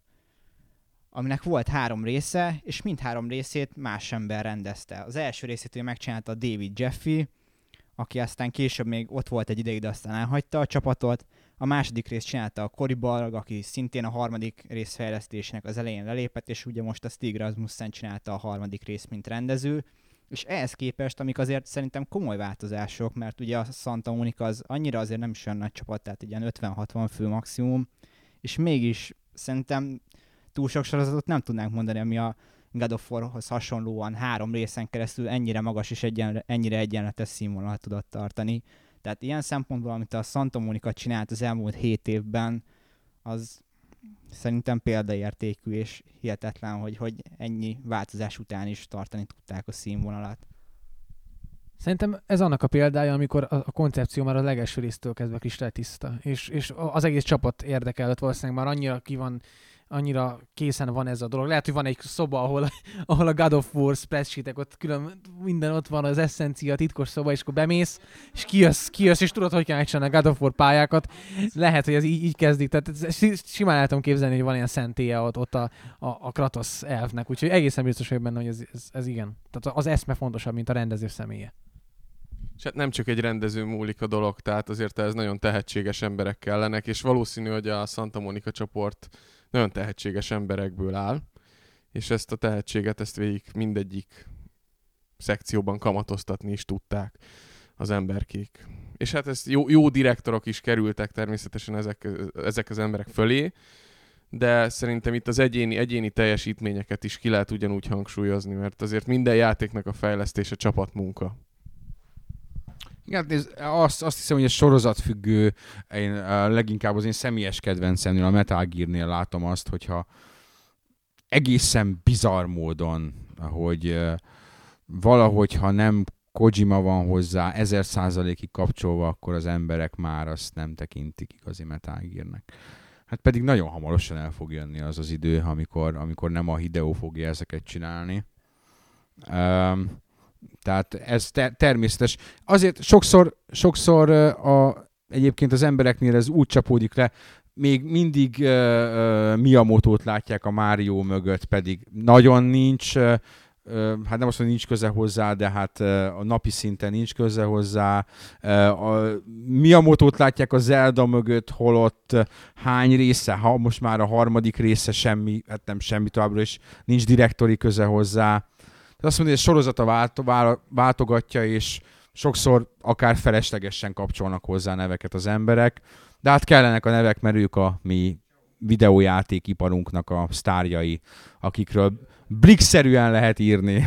aminek volt három része, és mindhárom részét más ember rendezte. Az első részét ugye megcsinálta a David Jaffe, aki aztán később még ott volt egy ideig, de aztán elhagyta a csapatot. A második részt csinálta a Cory Barlog, aki szintén a harmadik rész fejlesztésének az elején lelépett, és ugye most a Stig Rasmussen csinálta a harmadik részt, mint rendező. És ehhez képest, amik azért szerintem komoly változások, mert ugye a Santa Monica az annyira azért nem is olyan nagy csapat, tehát egy ilyen ötven-hatvan fő maximum, és mégis szerintem túl sok sorozatot nem tudnánk mondani, ami a God of Warhoz hasonlóan három részen keresztül ennyire magas és egyen, ennyire egyenletes színvonalat tudott tartani. Tehát ilyen szempontból, amit a Santa Monica csinált az elmúlt hét évben, az szerintem példaértékű és hihetetlen, hogy, hogy ennyi változás után is tartani tudták a színvonalat. Szerintem ez annak a példája, amikor a, a koncepció már a legelső résztől kezdve kristálytiszta, és, és az egész csapat érdekelt, valószínűleg már annyira ki van, annyira készen van ez a dolog. Lehet, hogy van egy szoba, ahol, ahol a God of War spreadsheetek, ott külön minden ott van, az eszencia, a titkos szoba, és akkor bemész, és kijössz, kijössz és tudod, hogy kell megcsinálni a God of War pályákat. Lehet, hogy ez így, így kezdik. Tehát simán el tudom képzelni, hogy van ilyen szentélye ott, ott a, a, a Kratos elfnek. Úgyhogy egészen biztos vagyok benne, hogy ez, ez, ez igen. Tehát az eszme fontosabb, mint a rendező személye. És hát nem csak egy rendező múlik a dolog, tehát azért ez nagyon tehetséges emberek kellenek, és valószínű, hogy a Santa Monica csoport nagyon tehetséges emberekből áll, és ezt a tehetséget, ezt végig mindegyik szekcióban kamatoztatni is tudták az emberkék. És hát ezt jó, jó direktorok is kerültek természetesen ezek, ezek az emberek fölé, de szerintem itt az egyéni, egyéni teljesítményeket is ki lehet ugyanúgy hangsúlyozni, mert azért minden játéknak a fejlesztése csapatmunka. Igen, nézd, azt, azt hiszem, hogy a sorozatfüggő, én uh, leginkább az én személyes kedvencemnél, a Metal Gearnél látom azt, hogyha egészen bizarr módon, hogy uh, valahogy, ha nem Kojima van hozzá ezer százalékig kapcsolva, akkor az emberek már azt nem tekintik igazi Metal Gearnek. Hát pedig nagyon hamarosan el fog jönni az az idő, amikor, amikor nem a Hideo fogja ezeket csinálni. Um, Tehát ez te- természetes. Azért sokszor, sokszor a, egyébként az embereknél ez úgy csapódik le, még mindig uh, uh, Miyamotót látják a Mario mögött, pedig nagyon nincs, uh, hát nem azt mondom, nincs köze hozzá, de hát uh, a napi szinten nincs köze hozzá. Uh, a Miyamotót látják a Zelda mögött, holott uh, hány része, ha most már a harmadik része semmi, hát nem semmi továbbra is, nincs direktori köze hozzá. Azt mondja, hogy a sorozata vált, vált, váltogatja, és sokszor akár feleslegesen kapcsolnak hozzá neveket az emberek, de hát kellenek a nevek, mert ők a mi videójátékiparunknak a sztárjai, akikről blikszerűen lehet írni.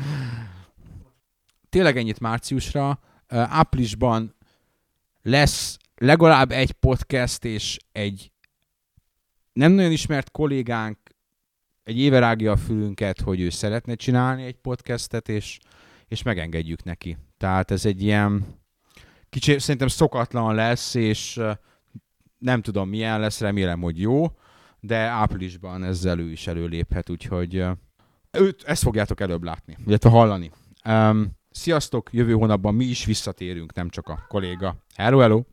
Tényleg ennyit márciusra. Áprilisban lesz legalább egy podcast és egy nem nagyon ismert kollégánk, egy éve rágja a fülünket, hogy ő szeretne csinálni egy podcastet, és, és megengedjük neki. Tehát ez egy ilyen kicsit szerintem szokatlan lesz, és nem tudom milyen lesz, remélem, hogy jó, de áprilisban ezzel ő is előléphet, úgyhogy őt, ezt fogjátok előbb látni, illetve hallani. Um, sziasztok, jövő hónapban mi is visszatérünk, nem csak a kolléga. Hello, hello!